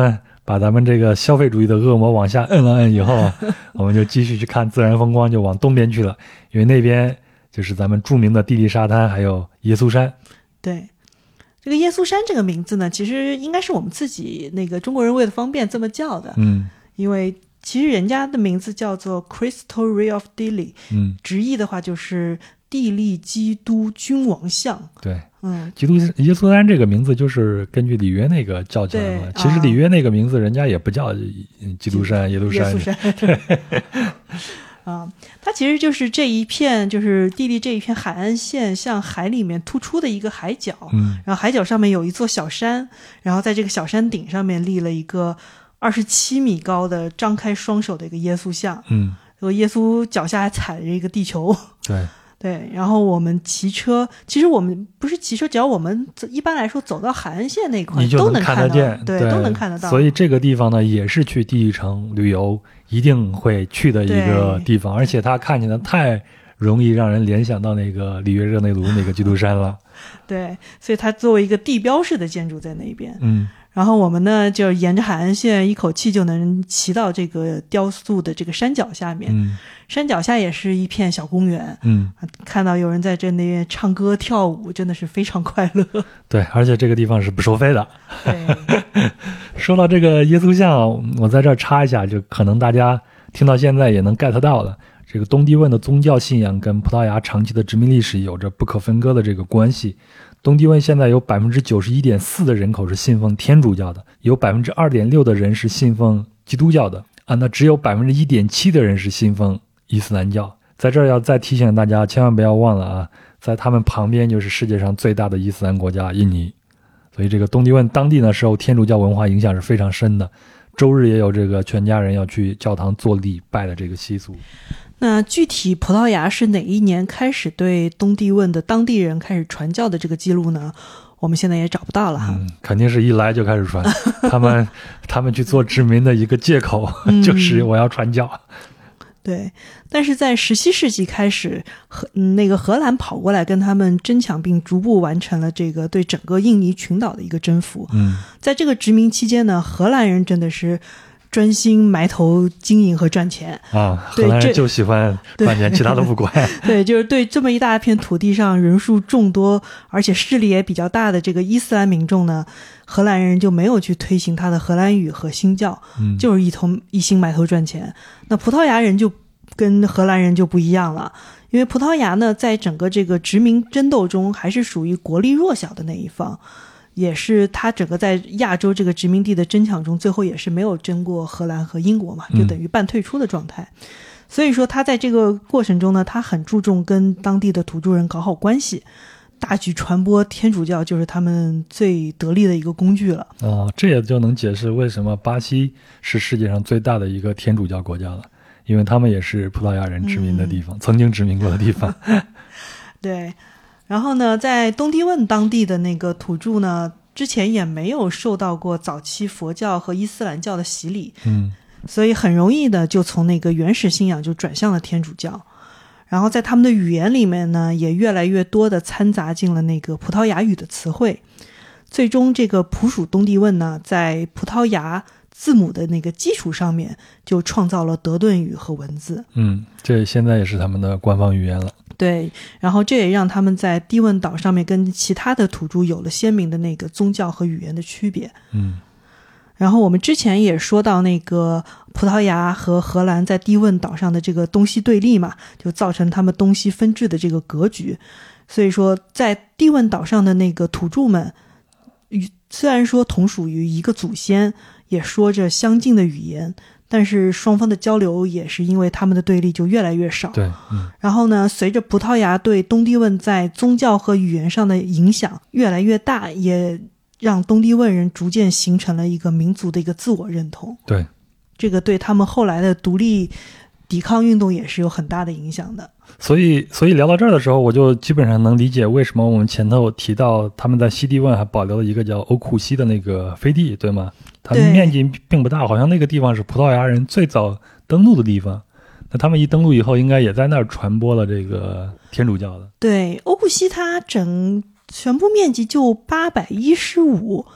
把咱们这个消费主义的恶魔往下摁了摁以后，我们就继续去看自然风光，就往东边去了，因为那边就是咱们著名的地利沙滩还有耶稣山。 对，这个耶稣山这个名字呢，其实应该是我们自己那个中国人为了方便这么叫的。 嗯， 因为其实人家的名字叫做 Crystal Reef of Dili， 嗯， 直译的话就是地利基督君王像。 对， 嗯， 基督耶稣山这个名字就是根据里约那个叫起来的。其实里约那个名字人家也不叫基督山、耶稣山。 耶稣山。对。啊，它其实就是这一片，就是地利这一片海岸线向海里面突出的一个海角。 嗯，然后海角上面有一座小山，然后在这个小山顶上面立了一个二十七米高的张开双手的一个耶稣像。 嗯， 和耶稣脚下还踩着一个地球。 对。 对，然后我们骑车，其实我们不是骑车，只要我们一般来说走到海岸线那一块， 你就都能看得见， 对， 对， 都能看得到。 所以这个地方呢，也是去地狱城旅游一定会去的一个地方，而且它看起来太容易让人联想到那个里约热内卢那个基督山了。 对，所以它作为一个地标式的建筑在那边。 嗯。 然后我们呢，就沿着海岸线一口气就能骑到这个雕塑的这个山脚下面。 嗯， 山脚下也是一片小公园。 嗯， 看到有人在这那边唱歌跳舞，真的是非常快乐。 对，而且这个地方是不收费的。 对。 说到这个耶稣像，我在这儿插一下，就可能大家听到现在也能 get 到了。这个东帝汶的宗教信仰跟葡萄牙长期的殖民历史有着不可分割的这个关系。东帝汶现在有 百分之九十一点四 的人口是信奉天主教的，有 百分之二点六 的人是信奉基督教的啊，那只有 百分之一点七 的人是信奉伊斯兰教。在这儿要再提醒大家，千万不要忘了啊，在他们旁边就是世界上最大的伊斯兰国家印尼。所以这个东帝汶当地呢，受天主教文化影响是非常深的，周日也有这个全家人要去教堂做礼拜的这个习俗。 那具体葡萄牙是哪一年开始对东帝汶的当地人开始传教的这个记录呢？我们现在也找不到了哈。 嗯，肯定是一来就开始传，他们他们去做殖民的一个借口就是我要传教。 嗯、对，但是在十七世纪开始，荷、嗯、那个荷兰跑过来跟他们争抢，并逐步完成了这个对整个印尼群岛的一个征服。 嗯， 在这个殖民期间呢，荷兰人真的是专心埋头经营和赚钱啊，荷兰人就喜欢赚钱，其他都不管。 对，就是对这么一大片土地上人数众多而且势力也比较大的这个伊斯兰民众呢，荷兰人就没有去推行他的荷兰语和新教， 嗯， 就是一头一心埋头赚钱。那葡萄牙人就跟荷兰人就不一样了，因为葡萄牙呢，在整个这个殖民争斗中还是属于国力弱小的那一方。也是他整个在亚洲这个殖民地的争抢中，最后也是没有争过荷兰和英国嘛，就等于半退出的状态。嗯、所以说他在这个过程中呢，他很注重跟当地的土著人搞好关系，大举传播天主教就是他们最得力的一个工具了。 哦，这也就能解释为什么巴西是世界上最大的一个天主教国家了，因为他们也是葡萄牙人殖民的地方，嗯、曾经殖民过的地方。 对。然后呢，在东帝汶当地的那个土著呢，之前也没有受到过早期佛教和伊斯兰教的洗礼， 嗯， 所以很容易的就从那个原始信仰就转向了天主教。然后在他们的语言里面呢，也越来越多的掺杂进了那个葡萄牙语的词汇。最终这个普属东帝汶呢，在葡萄牙字母的那个基础上面就创造了德顿语和文字。 嗯，这现在也是他们的官方语言了。 对，然后这也让他们在帝汶岛上面跟其他的土著有了鲜明的那个宗教和语言的区别。 嗯， 然后我们之前也说到那个葡萄牙和荷兰在帝汶岛上的这个东西对立嘛，就造成他们东西分治的这个格局。所以说在帝汶岛上的那个土著们，虽然说同属于一个祖先，也说着相近的语言，但是双方的交流也是因为他们的对立就越来越少。 对，嗯。 然后呢，随着葡萄牙对东帝汶在宗教和语言上的影响越来越大，也让东帝汶人逐渐形成了一个民族的一个自我认同。 对， 这个对他们后来的独立抵抗运动也是有很大的影响的。 所以，所以聊到这儿的时候，我就基本上能理解为什么我们前头提到他们在西帝汶还保留了一个叫欧库西的那个飞地，对吗？它面积并不大，好像那个地方是葡萄牙人最早登陆的地方。那他们一登陆以后，应该也在那儿传播了这个天主教的。 对，欧库西它整全部面积就八百一十五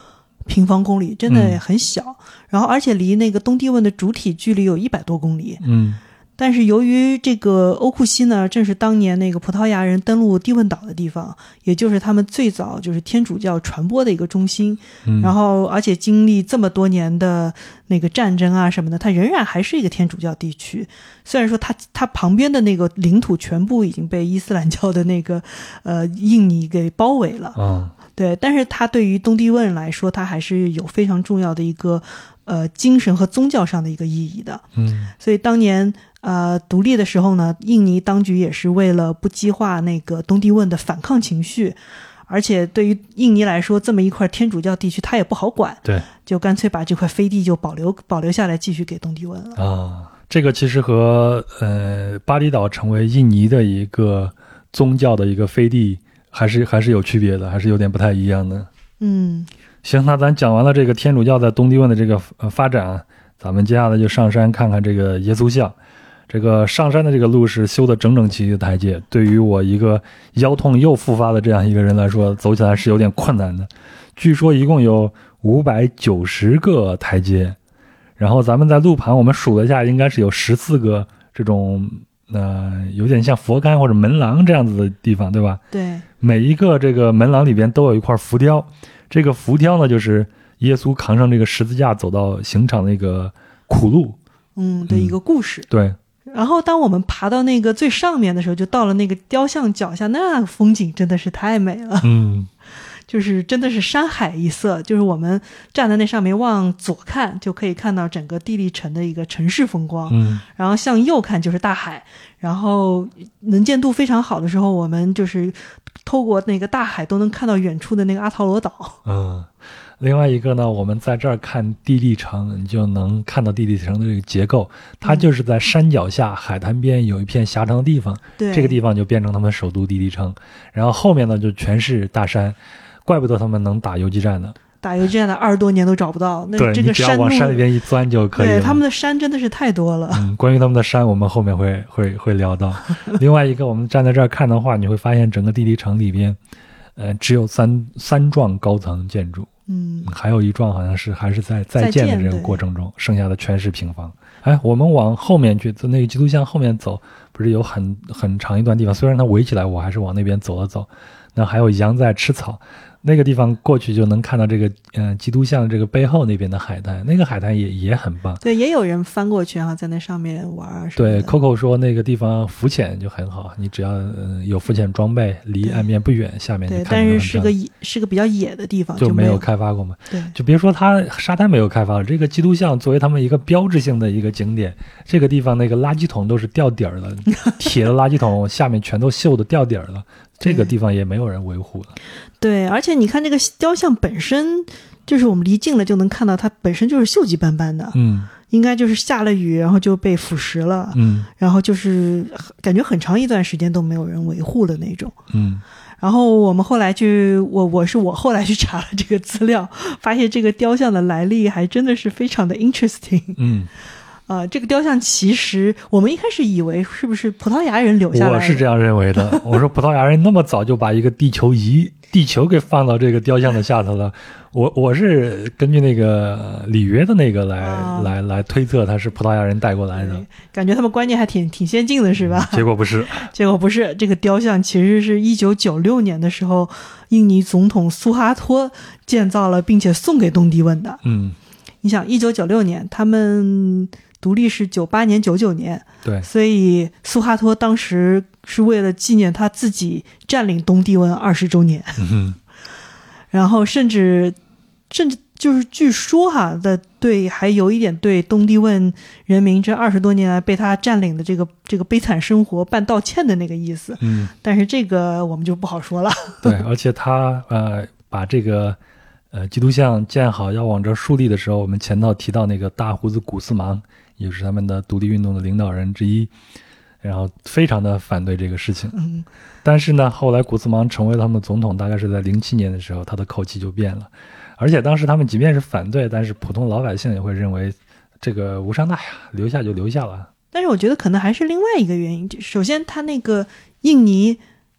平方公里，真的很小。嗯、然后而且离那个东帝汶的主体距离有一百多公里。 嗯。 但是由于这个欧库西呢，正是当年那个葡萄牙人登陆帝汶岛的地方，也就是他们最早就是天主教传播的一个中心。 嗯、 然后而且经历这么多年的那个战争啊什么的，它仍然还是一个天主教地区。虽然说它它旁边的那个领土全部已经被伊斯兰教的那个呃印尼给包围了。 嗯， 对，但是它对于东帝汶来说，它还是有非常重要的一个呃精神和宗教上的一个意义的。 嗯， 所以当年呃独立的时候呢，印尼当局也是为了不激化那个东帝汶的反抗情绪，而且对于印尼来说，这么一块天主教地区它也不好管， 对， 就干脆把这块飞地就保留保留下来，继续给东帝汶了。 啊，这个其实和呃巴厘岛成为印尼的一个宗教的一个飞地还是还是有区别的，还是有点不太一样的。 嗯， 行，那咱讲完了这个天主教在东帝汶的这个呃发展，咱们接下来就上山看看这个耶稣像。这个上山的这个路是修的整整齐齐的台阶，对于我一个腰痛又复发的这样一个人来说，走起来是有点困难的。据说一共有五百九十个台阶，然后咱们在路盘我们数了一下，应该是有十四个这种呃有点像佛龛或者门廊这样子的地方，对吧？ 对， 每一个这个门廊里边都有一块浮雕，这个浮雕呢就是耶稣扛上这个十字架走到刑场那个苦路嗯的一个故事。 嗯、对。 然后当我们爬到那个最上面的时候，就到了那个雕像脚下，那风景真的是太美了。 嗯， 就是真的是山海一色，就是我们站在那上面往左看就可以看到整个地利城的一个城市风光。 嗯， 然后向右看就是大海，然后能见度非常好的时候，我们就是透过那个大海都能看到远处的那个阿陶罗岛。 嗯。另外一个呢，我们在这儿看地利城，你就能看到地利城的这个结构，它就是在山脚下、嗯、海滩边有一片狭长的地方， 对， 这个地方就变成他们首都地利城，然后后面呢就全是大山，怪不得他们能打游击战呢。 打游击战的二十多年都找不到，那对， 这个山你只要往山里边一钻就可以了。 对，他们的山真的是太多了。 嗯，关于他们的山，我们后面会会会聊到。另外一个，我们站在这儿看的话，你会发现整个地利城里边，呃，只有三三幢高层建筑。 嗯， 还有一幢好像是还是在在建的这个过程中，剩下的全是平房。哎，我们往后面去，从那个基督像后面走，不是有很很长一段地方，虽然它围起来，我还是往那边走了走。那还有羊在吃草，那个地方过去就能看到这个嗯、呃、基督像这个背后那边的海滩，那个海滩也也很棒。 对，也有人翻过去啊，在那上面玩啊什么对的。 ，Coco 说那个地方浮潜就很好，你只要、呃、有浮潜装备，离岸边不远，下面就看对，但是是个是个比较野的地方， 就没有开发过嘛。 对， 就别说它沙滩没有开发了，这个基督像作为他们一个标志性的一个景点，这个地方那个垃圾桶都是掉底儿的，铁的垃圾桶下面全都锈的掉底儿了。这个地方也没有人维护了。 对，而且你看这个雕像本身，就是我们离近了就能看到它本身就是锈迹斑斑的。 嗯， 应该就是下了雨，然后就被腐蚀了。 嗯， 然后就是感觉很长一段时间都没有人维护的那种。 嗯， 然后我们后来去，我我是我后来去查了这个资料，发现这个雕像的来历还真的是非常的 interesting。 嗯。 啊、呃，这个雕像其实我们一开始以为是不是葡萄牙人留下来的， 我是这样认为的。我说葡萄牙人那么早就把一个地球仪、地球给放到这个雕像的下头了，我我是根据那个里约的那个来、啊、来来推测，他是葡萄牙人带过来的。 感觉他们观念还挺挺先进的，是吧？ 嗯、结果不是， 结果不是。这个雕像其实是一九九六年的时候，印尼总统苏哈托建造了，并且送给东帝汶的。 嗯， 你想，一九九六年他们独立是九八年、九九年， 对， 所以苏哈托当时是为了纪念他自己占领东帝汶二十周年， 嗯、 然后甚至甚至就是据说哈的对，还有一点对东帝汶人民这二十多年来被他占领的这个这个悲惨生活办道歉的那个意思。 嗯， 但是这个我们就不好说了。 对，而且他呃把这个。呃，基督像建好要往这树立的时候，我们前头提到那个大胡子古斯芒，也是他们的独立运动的领导人之一，然后非常的反对这个事情。 嗯， 但是呢，后来古斯芒成为他们的总统，大概是在零七年的时候，他的口气就变了。而且当时他们即便是反对，但是普通老百姓也会认为这个无伤大雅，留下就留下了。 但是我觉得可能还是另外一个原因，首先他那个印尼。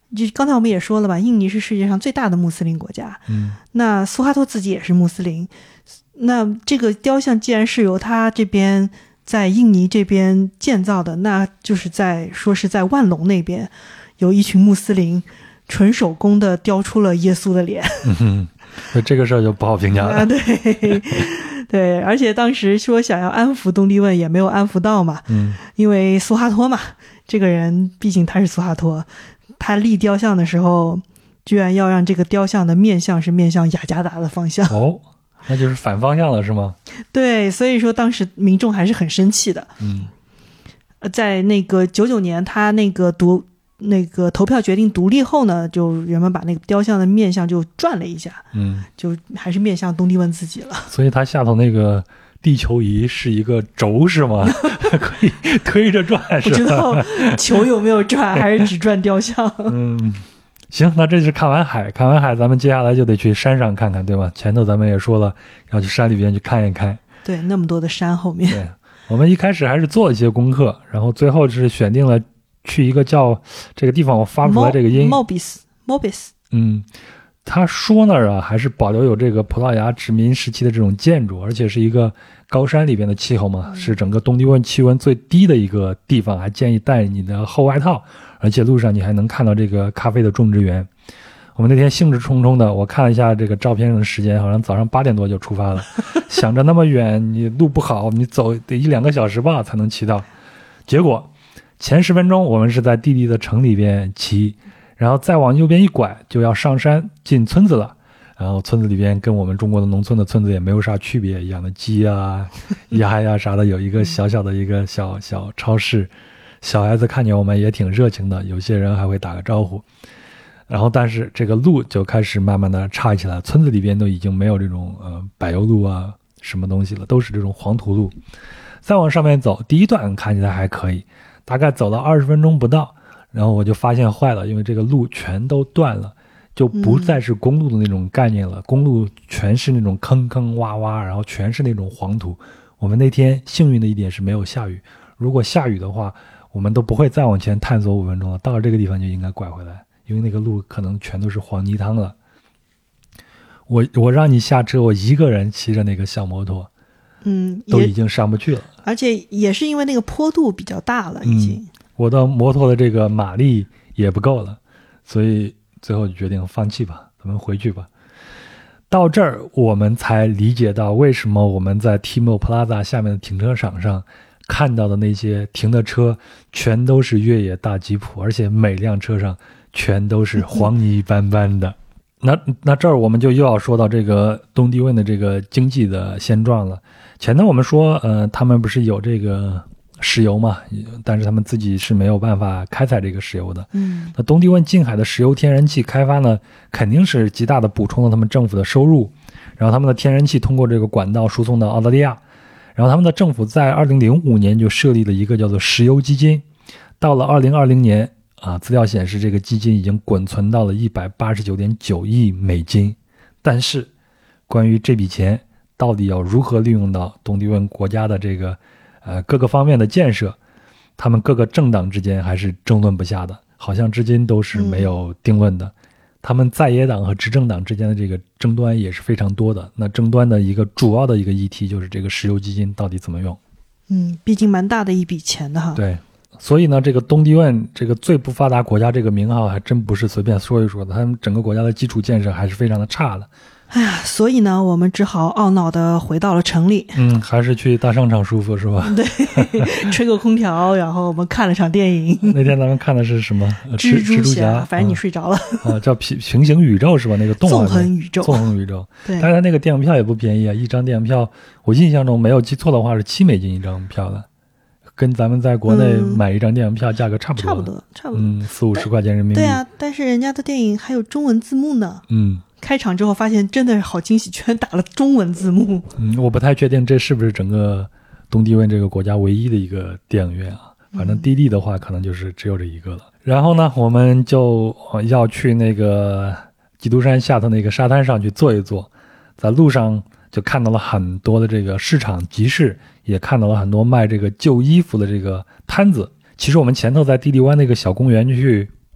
就刚才我们也说了吧，印尼是世界上最大的穆斯林国家， 嗯， 那苏哈托自己也是穆斯林，那这个雕像既然是由他这边在印尼这边建造的，那就是在说是在万隆那边有一群穆斯林纯手工的雕出了耶稣的脸。 嗯，这个事儿就不好评价了。 啊，对对，而且当时说想要安抚东帝汶也没有安抚到嘛， 嗯， 因为苏哈托嘛，这个人毕竟他是苏哈托，他立雕像的时候居然要让这个雕像的面向是面向雅加达的方向。 哦，那就是反方向了是吗？ 对，所以说当时民众还是很生气的。 嗯， 在那个九九年他那个独那个投票决定独立后呢，就人们把那个雕像的面向就转了一下， 嗯， 就还是面向东帝汶自己了。 所以它下头那个地球仪是一个轴是吗？可以推着转是吧？ 不知道球有没有转，还是只转雕像？ 嗯，行，那这是看完海，看完海咱们接下来就得去山上看看，对吧？前头咱们也说了要去山里边去看一看。 对，那么多的山后面。 对，我们一开始还是做了一些功课，然后最后是选定了去一个叫这个地方我发不出来这个音 Mobis Mobis。 嗯，他说那儿啊还是保留有这个葡萄牙殖民时期的这种建筑，而且是一个高山里边的气候嘛，是整个东帝汶气温最低的一个地方，还建议带你的厚外套，而且路上你还能看到这个咖啡的种植园。我们那天兴致冲冲的，我看了一下这个照片上的时间，好像早上八点多就出发了，想着那么远你路不好，你走得一两个小时吧才能骑到。结果前十分钟我们是在弟弟的城里边骑，然后再往右边一拐就要上山进村子了，然后村子里边跟我们中国的农村的村子也没有啥区别，养的鸡啊鸭呀啥的，有一个小小的一个小小超市，小孩子看见我们也挺热情的，有些人还会打个招呼。然后但是这个路就开始慢慢的差起来，村子里边都已经没有这种呃柏油路啊什么东西了，都是这种黄土路。再往上面走，第一段看起来还可以，大概走了二十分钟不到，然后我就发现坏了，因为这个路全都断了，就不再是公路的那种概念了，嗯、公路全是那种坑坑洼洼，然后全是那种黄土。我们那天幸运的一点是没有下雨，如果下雨的话，我们都不会再往前探索五分钟了，到了这个地方就应该拐回来，因为那个路可能全都是黄泥汤了。我我让你下车，我一个人骑着那个小摩托， 嗯， 都已经上不去了， 而且也是因为那个坡度比较大了，已经、嗯、 我的摩托的这个马力也不够了，所以最后就决定放弃吧，咱们回去吧。到这儿我们才理解到为什么我们在 Timor Plaza 下面的停车场上看到的那些停的车全都是越野大吉普，而且每辆车上全都是黄泥斑斑的。那那这儿我们就又要说到这个东帝汶的这个经济的现状了。前头我们说呃，他们不是有这个石油嘛，但是他们自己是没有办法开采这个石油的。 嗯， 那东帝汶近海的石油天然气开发呢，肯定是极大的补充了他们政府的收入，然后他们的天然气通过这个管道输送到澳大利亚，然后他们的政府在二零零五年就设立了一个叫做石油基金，到了二零二零年啊，资料显示这个基金已经滚存到了一百八十九点九亿美金。但是关于这笔钱到底要如何利用到东帝汶国家的这个呃各个方面的建设，他们各个政党之间还是争论不下的，好像至今都是没有定论的、嗯、他们在野党和执政党之间的这个争端也是非常多的。那争端的一个主要的一个议题就是这个石油基金到底怎么用。 嗯，毕竟蛮大的一笔钱的哈。 对，所以呢这个东帝汶这个最不发达国家这个名号还真不是随便说一说的，他们整个国家的基础建设还是非常的差的。 哎呀，所以呢我们只好懊恼的回到了城里。 嗯，还是去大商场舒服是吧？ 对，吹个空调，然后我们看了场电影。 那天咱们看的是什么？ 蜘蛛侠，反正你啊睡着了。 啊，叫平平行宇宙是吧？那个动画纵横宇宙， 纵横宇宙。 对， 但是它那个电影票也不便宜啊，一张电影票，我印象中没有记错的话是七美金一张票的，跟咱们在国内买一张电影票价格差不多， 差不多，差不多， 嗯，四五十块钱人民币。 对啊，但是人家的电影还有中文字幕呢。 嗯。 开场之后发现真的是好惊喜，居然打了中文字幕。 嗯，我不太确定这是不是整个东帝汶这个国家唯一的一个电影院啊，反正低地的话可能就是只有这一个了。然后呢我们就要去那个基督山下头那个沙滩上去坐一坐，在路上就看到了很多的这个市场集市，也看到了很多卖这个旧衣服的这个摊子。其实我们前头在地利湾那个小公园去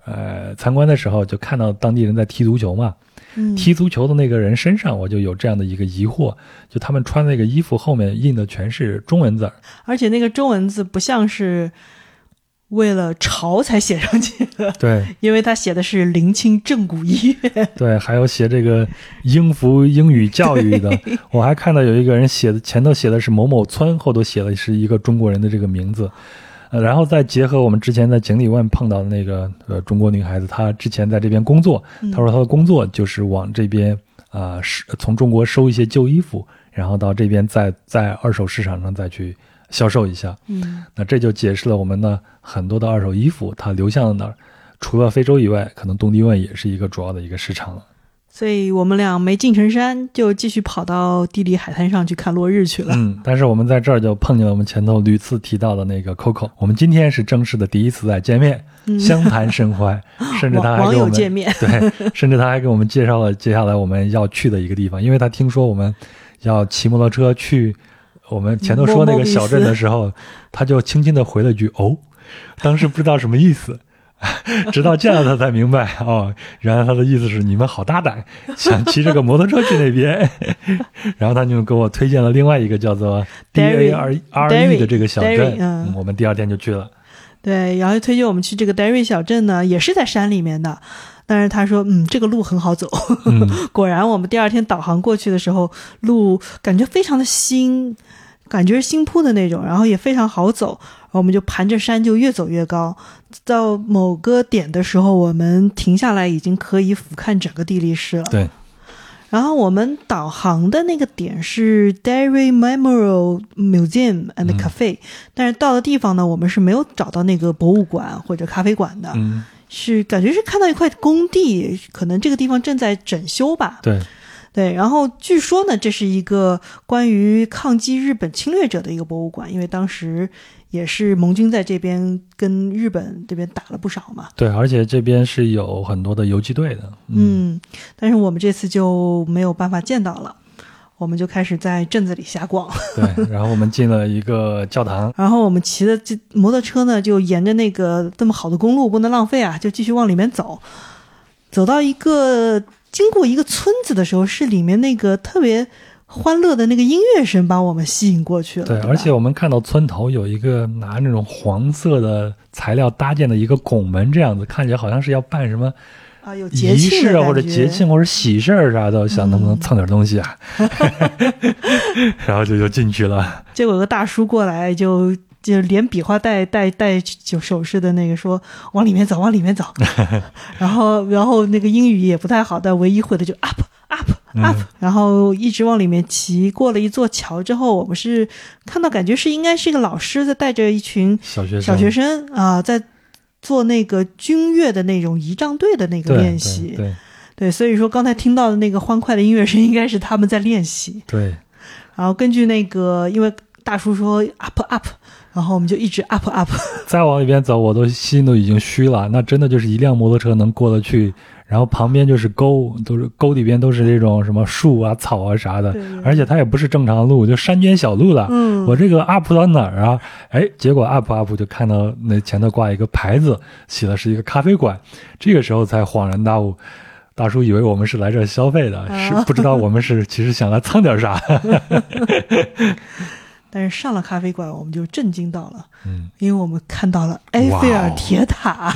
呃参观的时候，就看到当地人在踢足球嘛。 嗯， 踢足球的那个人身上，我就有这样的一个疑惑，就他们穿那个衣服后面印的全是中文字儿， 而且那个中文字不像是为了潮才写上去的， 对， 因为他写的是临清正骨医院， 对，还有写这个英孚英语教育的，我还看到有一个人写的前头写的是某某村，后头写的是一个中国人的这个名字。呃，然后再结合我们之前在井里湾碰到的那个呃中国女孩子，她之前在这边工作，她说她的工作就是往这边啊、呃、从中国收一些旧衣服，然后到这边再在二手市场上再去销售一下。 嗯， 那这就解释了我们呢很多的二手衣服它流向了哪儿，除了非洲以外，可能东帝汶也是一个主要的一个市场了。 所以我们俩没进城山，就继续跑到地理海滩上去看落日去了。 嗯，但是我们在这儿就碰见了我们前头屡次提到的那个 Coco， 我们今天是正式的第一次再见面， 嗯、 相谈甚欢，甚至他还给我们见面， 对，甚至他还给我们介绍了接下来我们要去的一个地方，因为他听说我们要骑摩托车去我们前头说那个小镇的时候，他就轻轻地回了句哦，当时不知道什么意思。直到见了他才明白哦，原来他的意思是你们好大胆，想骑这个摩托车去那边。然后他就给我推荐了另外一个叫做 D A R E 的这个小镇，嗯，我们第二天就去了。 对，然后推荐我们去这个 Derry 小镇呢，也是在山里面的。但是他说，嗯，这个路很好走。嗯、果然，我们第二天导航过去的时候，路感觉非常的新，感觉是新铺的那种，然后也非常好走。我们就盘着山就越走越高，到某个点的时候，我们停下来已经可以俯瞰整个地理市了。 对。 然后我们导航的那个点是 Derry Memorial Museum and Cafe，、嗯、但是到的地方呢，我们是没有找到那个博物馆或者咖啡馆的， 嗯， 是感觉是看到一块工地，可能这个地方正在整修吧。 对。 对，然后据说呢，这是一个关于抗击日本侵略者的一个博物馆，因为当时也是盟军在这边跟日本这边打了不少嘛。 对，而且这边是有很多的游击队的。 嗯，嗯但是我们这次就没有办法见到了，我们就开始在镇子里瞎逛。 对，然后我们进了一个教堂， 然后我们骑的这摩托车呢，就沿着那个这么好的公路不能浪费啊，就继续往里面走，走到一个。经过一个村子的时候，是里面那个特别欢乐的那个音乐声把我们吸引过去了。 对， 对而且我们看到村头有一个拿那种黄色的材料搭建的一个拱门，这样子看起来好像是要办什么啊，有节庆仪式啊，或者节庆或者喜事儿啥的，想能不能蹭点东西啊？嗯、然后就就进去了。 结果有个大叔过来就。就连比划带带带就手势的那个说往里面走往里面走，然后然后那个英语也不太好，但唯一会的就 up up up，、嗯、然后一直往里面骑，过了一座桥之后，我们是看到感觉是应该是一个老师在带着一群小学生小学生啊、呃，在做那个军乐的那种仪仗队的那个练习， 对 对, 对, 对，所以说刚才听到的那个欢快的音乐声应该是他们在练习。 对， 然后根据那个因为大叔说 up up。然后我们就一直 up up， 再往里边走，我都心都已经虚了。那真的就是一辆摩托车能过得去，然后旁边就是沟，都是沟里边都是这种什么树啊、草啊啥的，而且它也不是正常的路，就山间小路了。嗯，我这个 up 到哪儿啊？哎，结果 up up 就看到那前头挂一个牌子，写的是一个咖啡馆。这个时候才恍然大悟。大叔以为我们是来这儿消费的，啊、是不知道我们是其实想来蹭点啥。 但是上了咖啡馆，我们就震惊到了， 嗯， 因为我们看到了埃菲尔铁塔。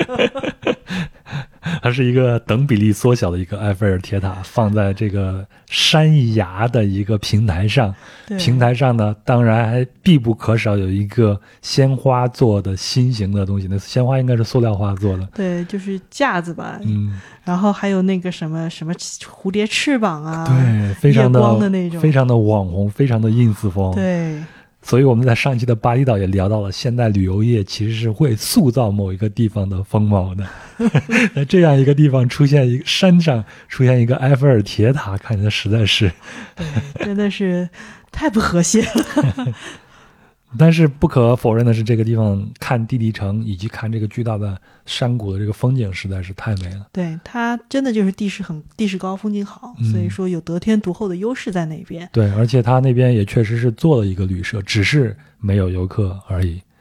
它是一个等比例缩小的一个埃菲尔铁塔，放在这个山崖的一个平台上。平台上呢，当然还必不可少有一个鲜花做的心形的东西，那鲜花应该是塑料花做的。 对，就是架子吧。 嗯， 然后还有那个什么什么蝴蝶翅膀啊， 对，非常的月光的那种， 非常的网红，非常的 ins 风。 对。 所以我们在上期的巴厘岛也聊到了，现代旅游业其实是会塑造某一个地方的风貌的。在这样一个地方出现一个山上出现一个埃菲尔铁塔，看起来实在是， 对，真的是太不和谐了。 但是不可否认的是，这个地方看地底城以及看这个巨大的山谷的这个风景实在是太美了。 对，它真的就是地势很地势高，风景好， 嗯、 所以说有得天独厚的优势在那边。 对，而且它那边也确实是做了一个旅社，只是没有游客而已。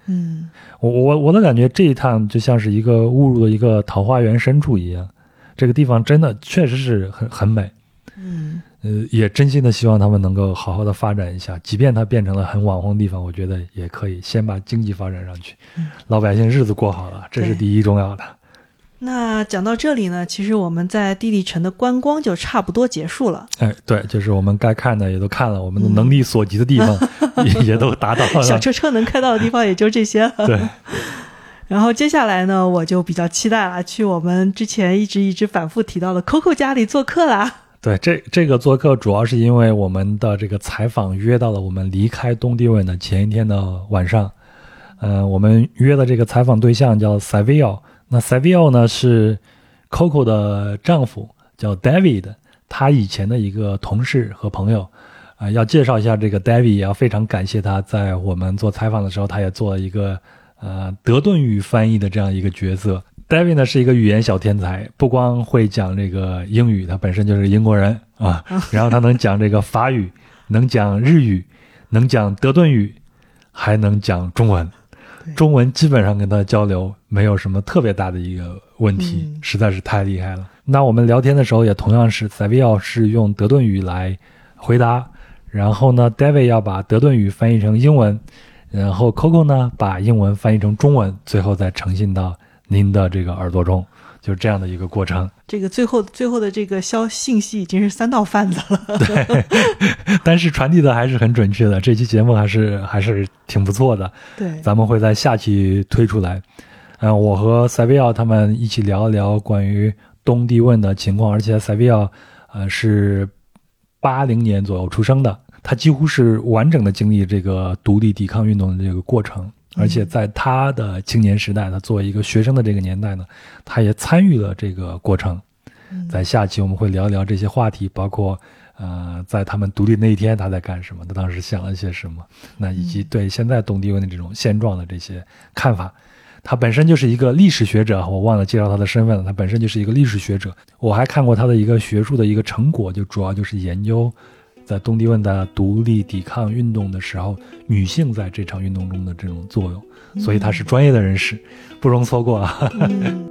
嗯， 我我我的感觉这一趟就像是一个误入了一个桃花源深处一样，这个地方真的确实是很很美。 嗯， 呃，也真心的希望他们能够好好的发展一下，即便它变成了很网红的地方，我觉得也可以先把经济发展上去， 嗯、 老百姓日子过好了，这是第一重要的。 那讲到这里呢，其实我们在地利城的观光就差不多结束了。 哎，对，就是我们该看的也都看了，我们的能力所及的地方也、嗯、也都达到了。 小车车能开到的地方也就这些了。 对。 然后接下来呢，我就比较期待了，去我们之前一直一直反复提到的 Coco 家里做客啦。 对，这这个做客主要是因为我们的这个采访约到了我们离开东帝汶的前一天的晚上。呃，我们约的这个采访对象叫 Savio， 那 Savio 呢是 Coco 的丈夫叫 David， 他以前的一个同事和朋友。呃，要介绍一下这个 David， 也要非常感谢他在我们做采访的时候，他也做了一个呃德顿语翻译的这样一个角色。David 呢是一个语言小天才，不光会讲这个英语，他本身就是英国人啊，然后他能讲这个法语，能讲日语，能讲德顿语，还能讲中文。中文基本上跟他交流没有什么特别大的一个问题，嗯、实在是太厉害了。那我们聊天的时候也同样是 Savio 是用德顿语来回答，然后呢 David 要把德顿语翻译成英文，然后 Coco 呢把英文翻译成中文，最后再呈现到您的这个耳朵中，就是这样的一个过程。 这个最后最后的这个消信息已经是三道贩子了。 对，但是传递的还是很准确的，这期节目还是还是挺不错的。 对， 咱们会在下期推出来。嗯、呃，我和塞维奥他们一起聊一聊关于东帝汶的情况，而且塞维奥呃是八零年左右出生的，他几乎是完整的经历这个独立抵抗运动的这个过程。而且在他的青年时代，他作为一个学生的这个年代呢，他也参与了这个过程。在下期我们会聊一聊这些话题，包括呃，在他们独立那一天他在干什么，他当时想了些什么，那以及对现在东帝汶的这种现状的这些看法。他本身就是一个历史学者，我忘了介绍他的身份了，他本身就是一个历史学者。我还看过他的一个学术的一个成果，就主要就是研究在东帝汶的独立抵抗运动的时候，女性在这场运动中的这种作用，所以他是专业的人士，不容错过啊。 嗯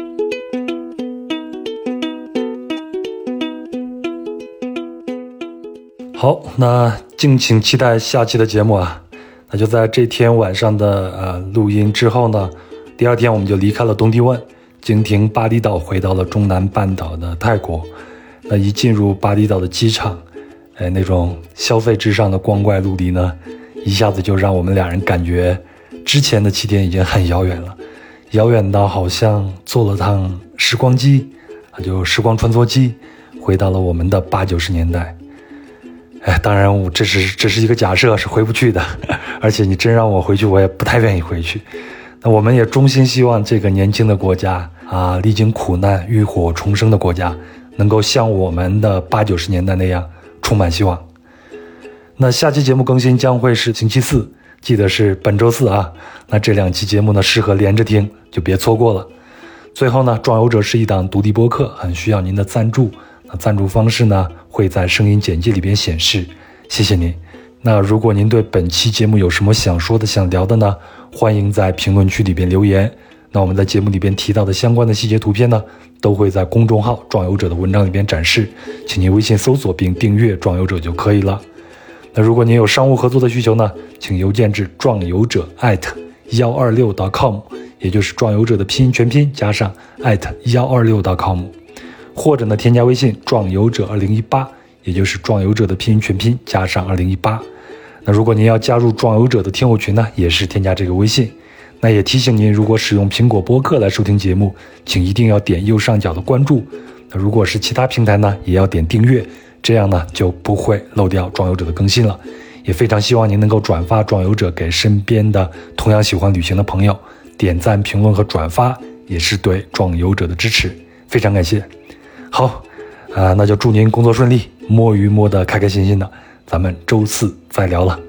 好，那敬请期待下期的节目啊。那就在这天晚上的呃录音之后呢，第二天我们就离开了东帝汶，经停巴厘岛回到了中南半岛的泰国。那一进入巴厘岛的机场，哎，那种消费至上的光怪陆离呢，一下子就让我们俩人感觉之前的七天已经很遥远了，遥远到好像坐了趟时光机啊，就时光穿梭机，回到了我们的八九十年代。哎，当然我这是这是一个假设，是回不去的，而且你真让我回去，我也不太愿意回去。那我们也衷心希望这个年轻的国家啊，历经苦难浴火重生的国家，能够像我们的八九十年代那样充满希望。那下期节目更新将会是星期四，记得是本周四啊。那这两期节目呢，适合连着听，就别错过了。最后呢，壮游者是一档独立播客，很需要您的赞助。那赞助方式呢，会在声音简介里边显示，谢谢您。那如果您对本期节目有什么想说的、想聊的呢，欢迎在评论区里边留言。那我们在节目里边提到的相关的细节图片呢，都会在公众号壮游者的文章里边展示，请您微信搜索并订阅壮游者就可以了。那如果您有商务合作的需求呢，请邮件至壮游者 at 一二六 点 com， 也就是壮游者的拼音全拼加上 at 一二六 点 com， 或者呢添加微信壮游者二零一八，也就是壮游者的拼音全拼加上二零一八。那如果您要加入壮游者的听友群呢，也是添加这个微信。那也提醒您，如果使用苹果播客来收听节目，请一定要点右上角的关注。那如果是其他平台呢，也要点订阅，这样呢就不会漏掉壮游者的更新了。也非常希望您能够转发壮游者给身边的同样喜欢旅行的朋友，点赞、评论和转发也是对壮游者的支持，非常感谢。好啊、呃，那就祝您工作顺利，摸鱼摸得开开心心的，咱们周四再聊了。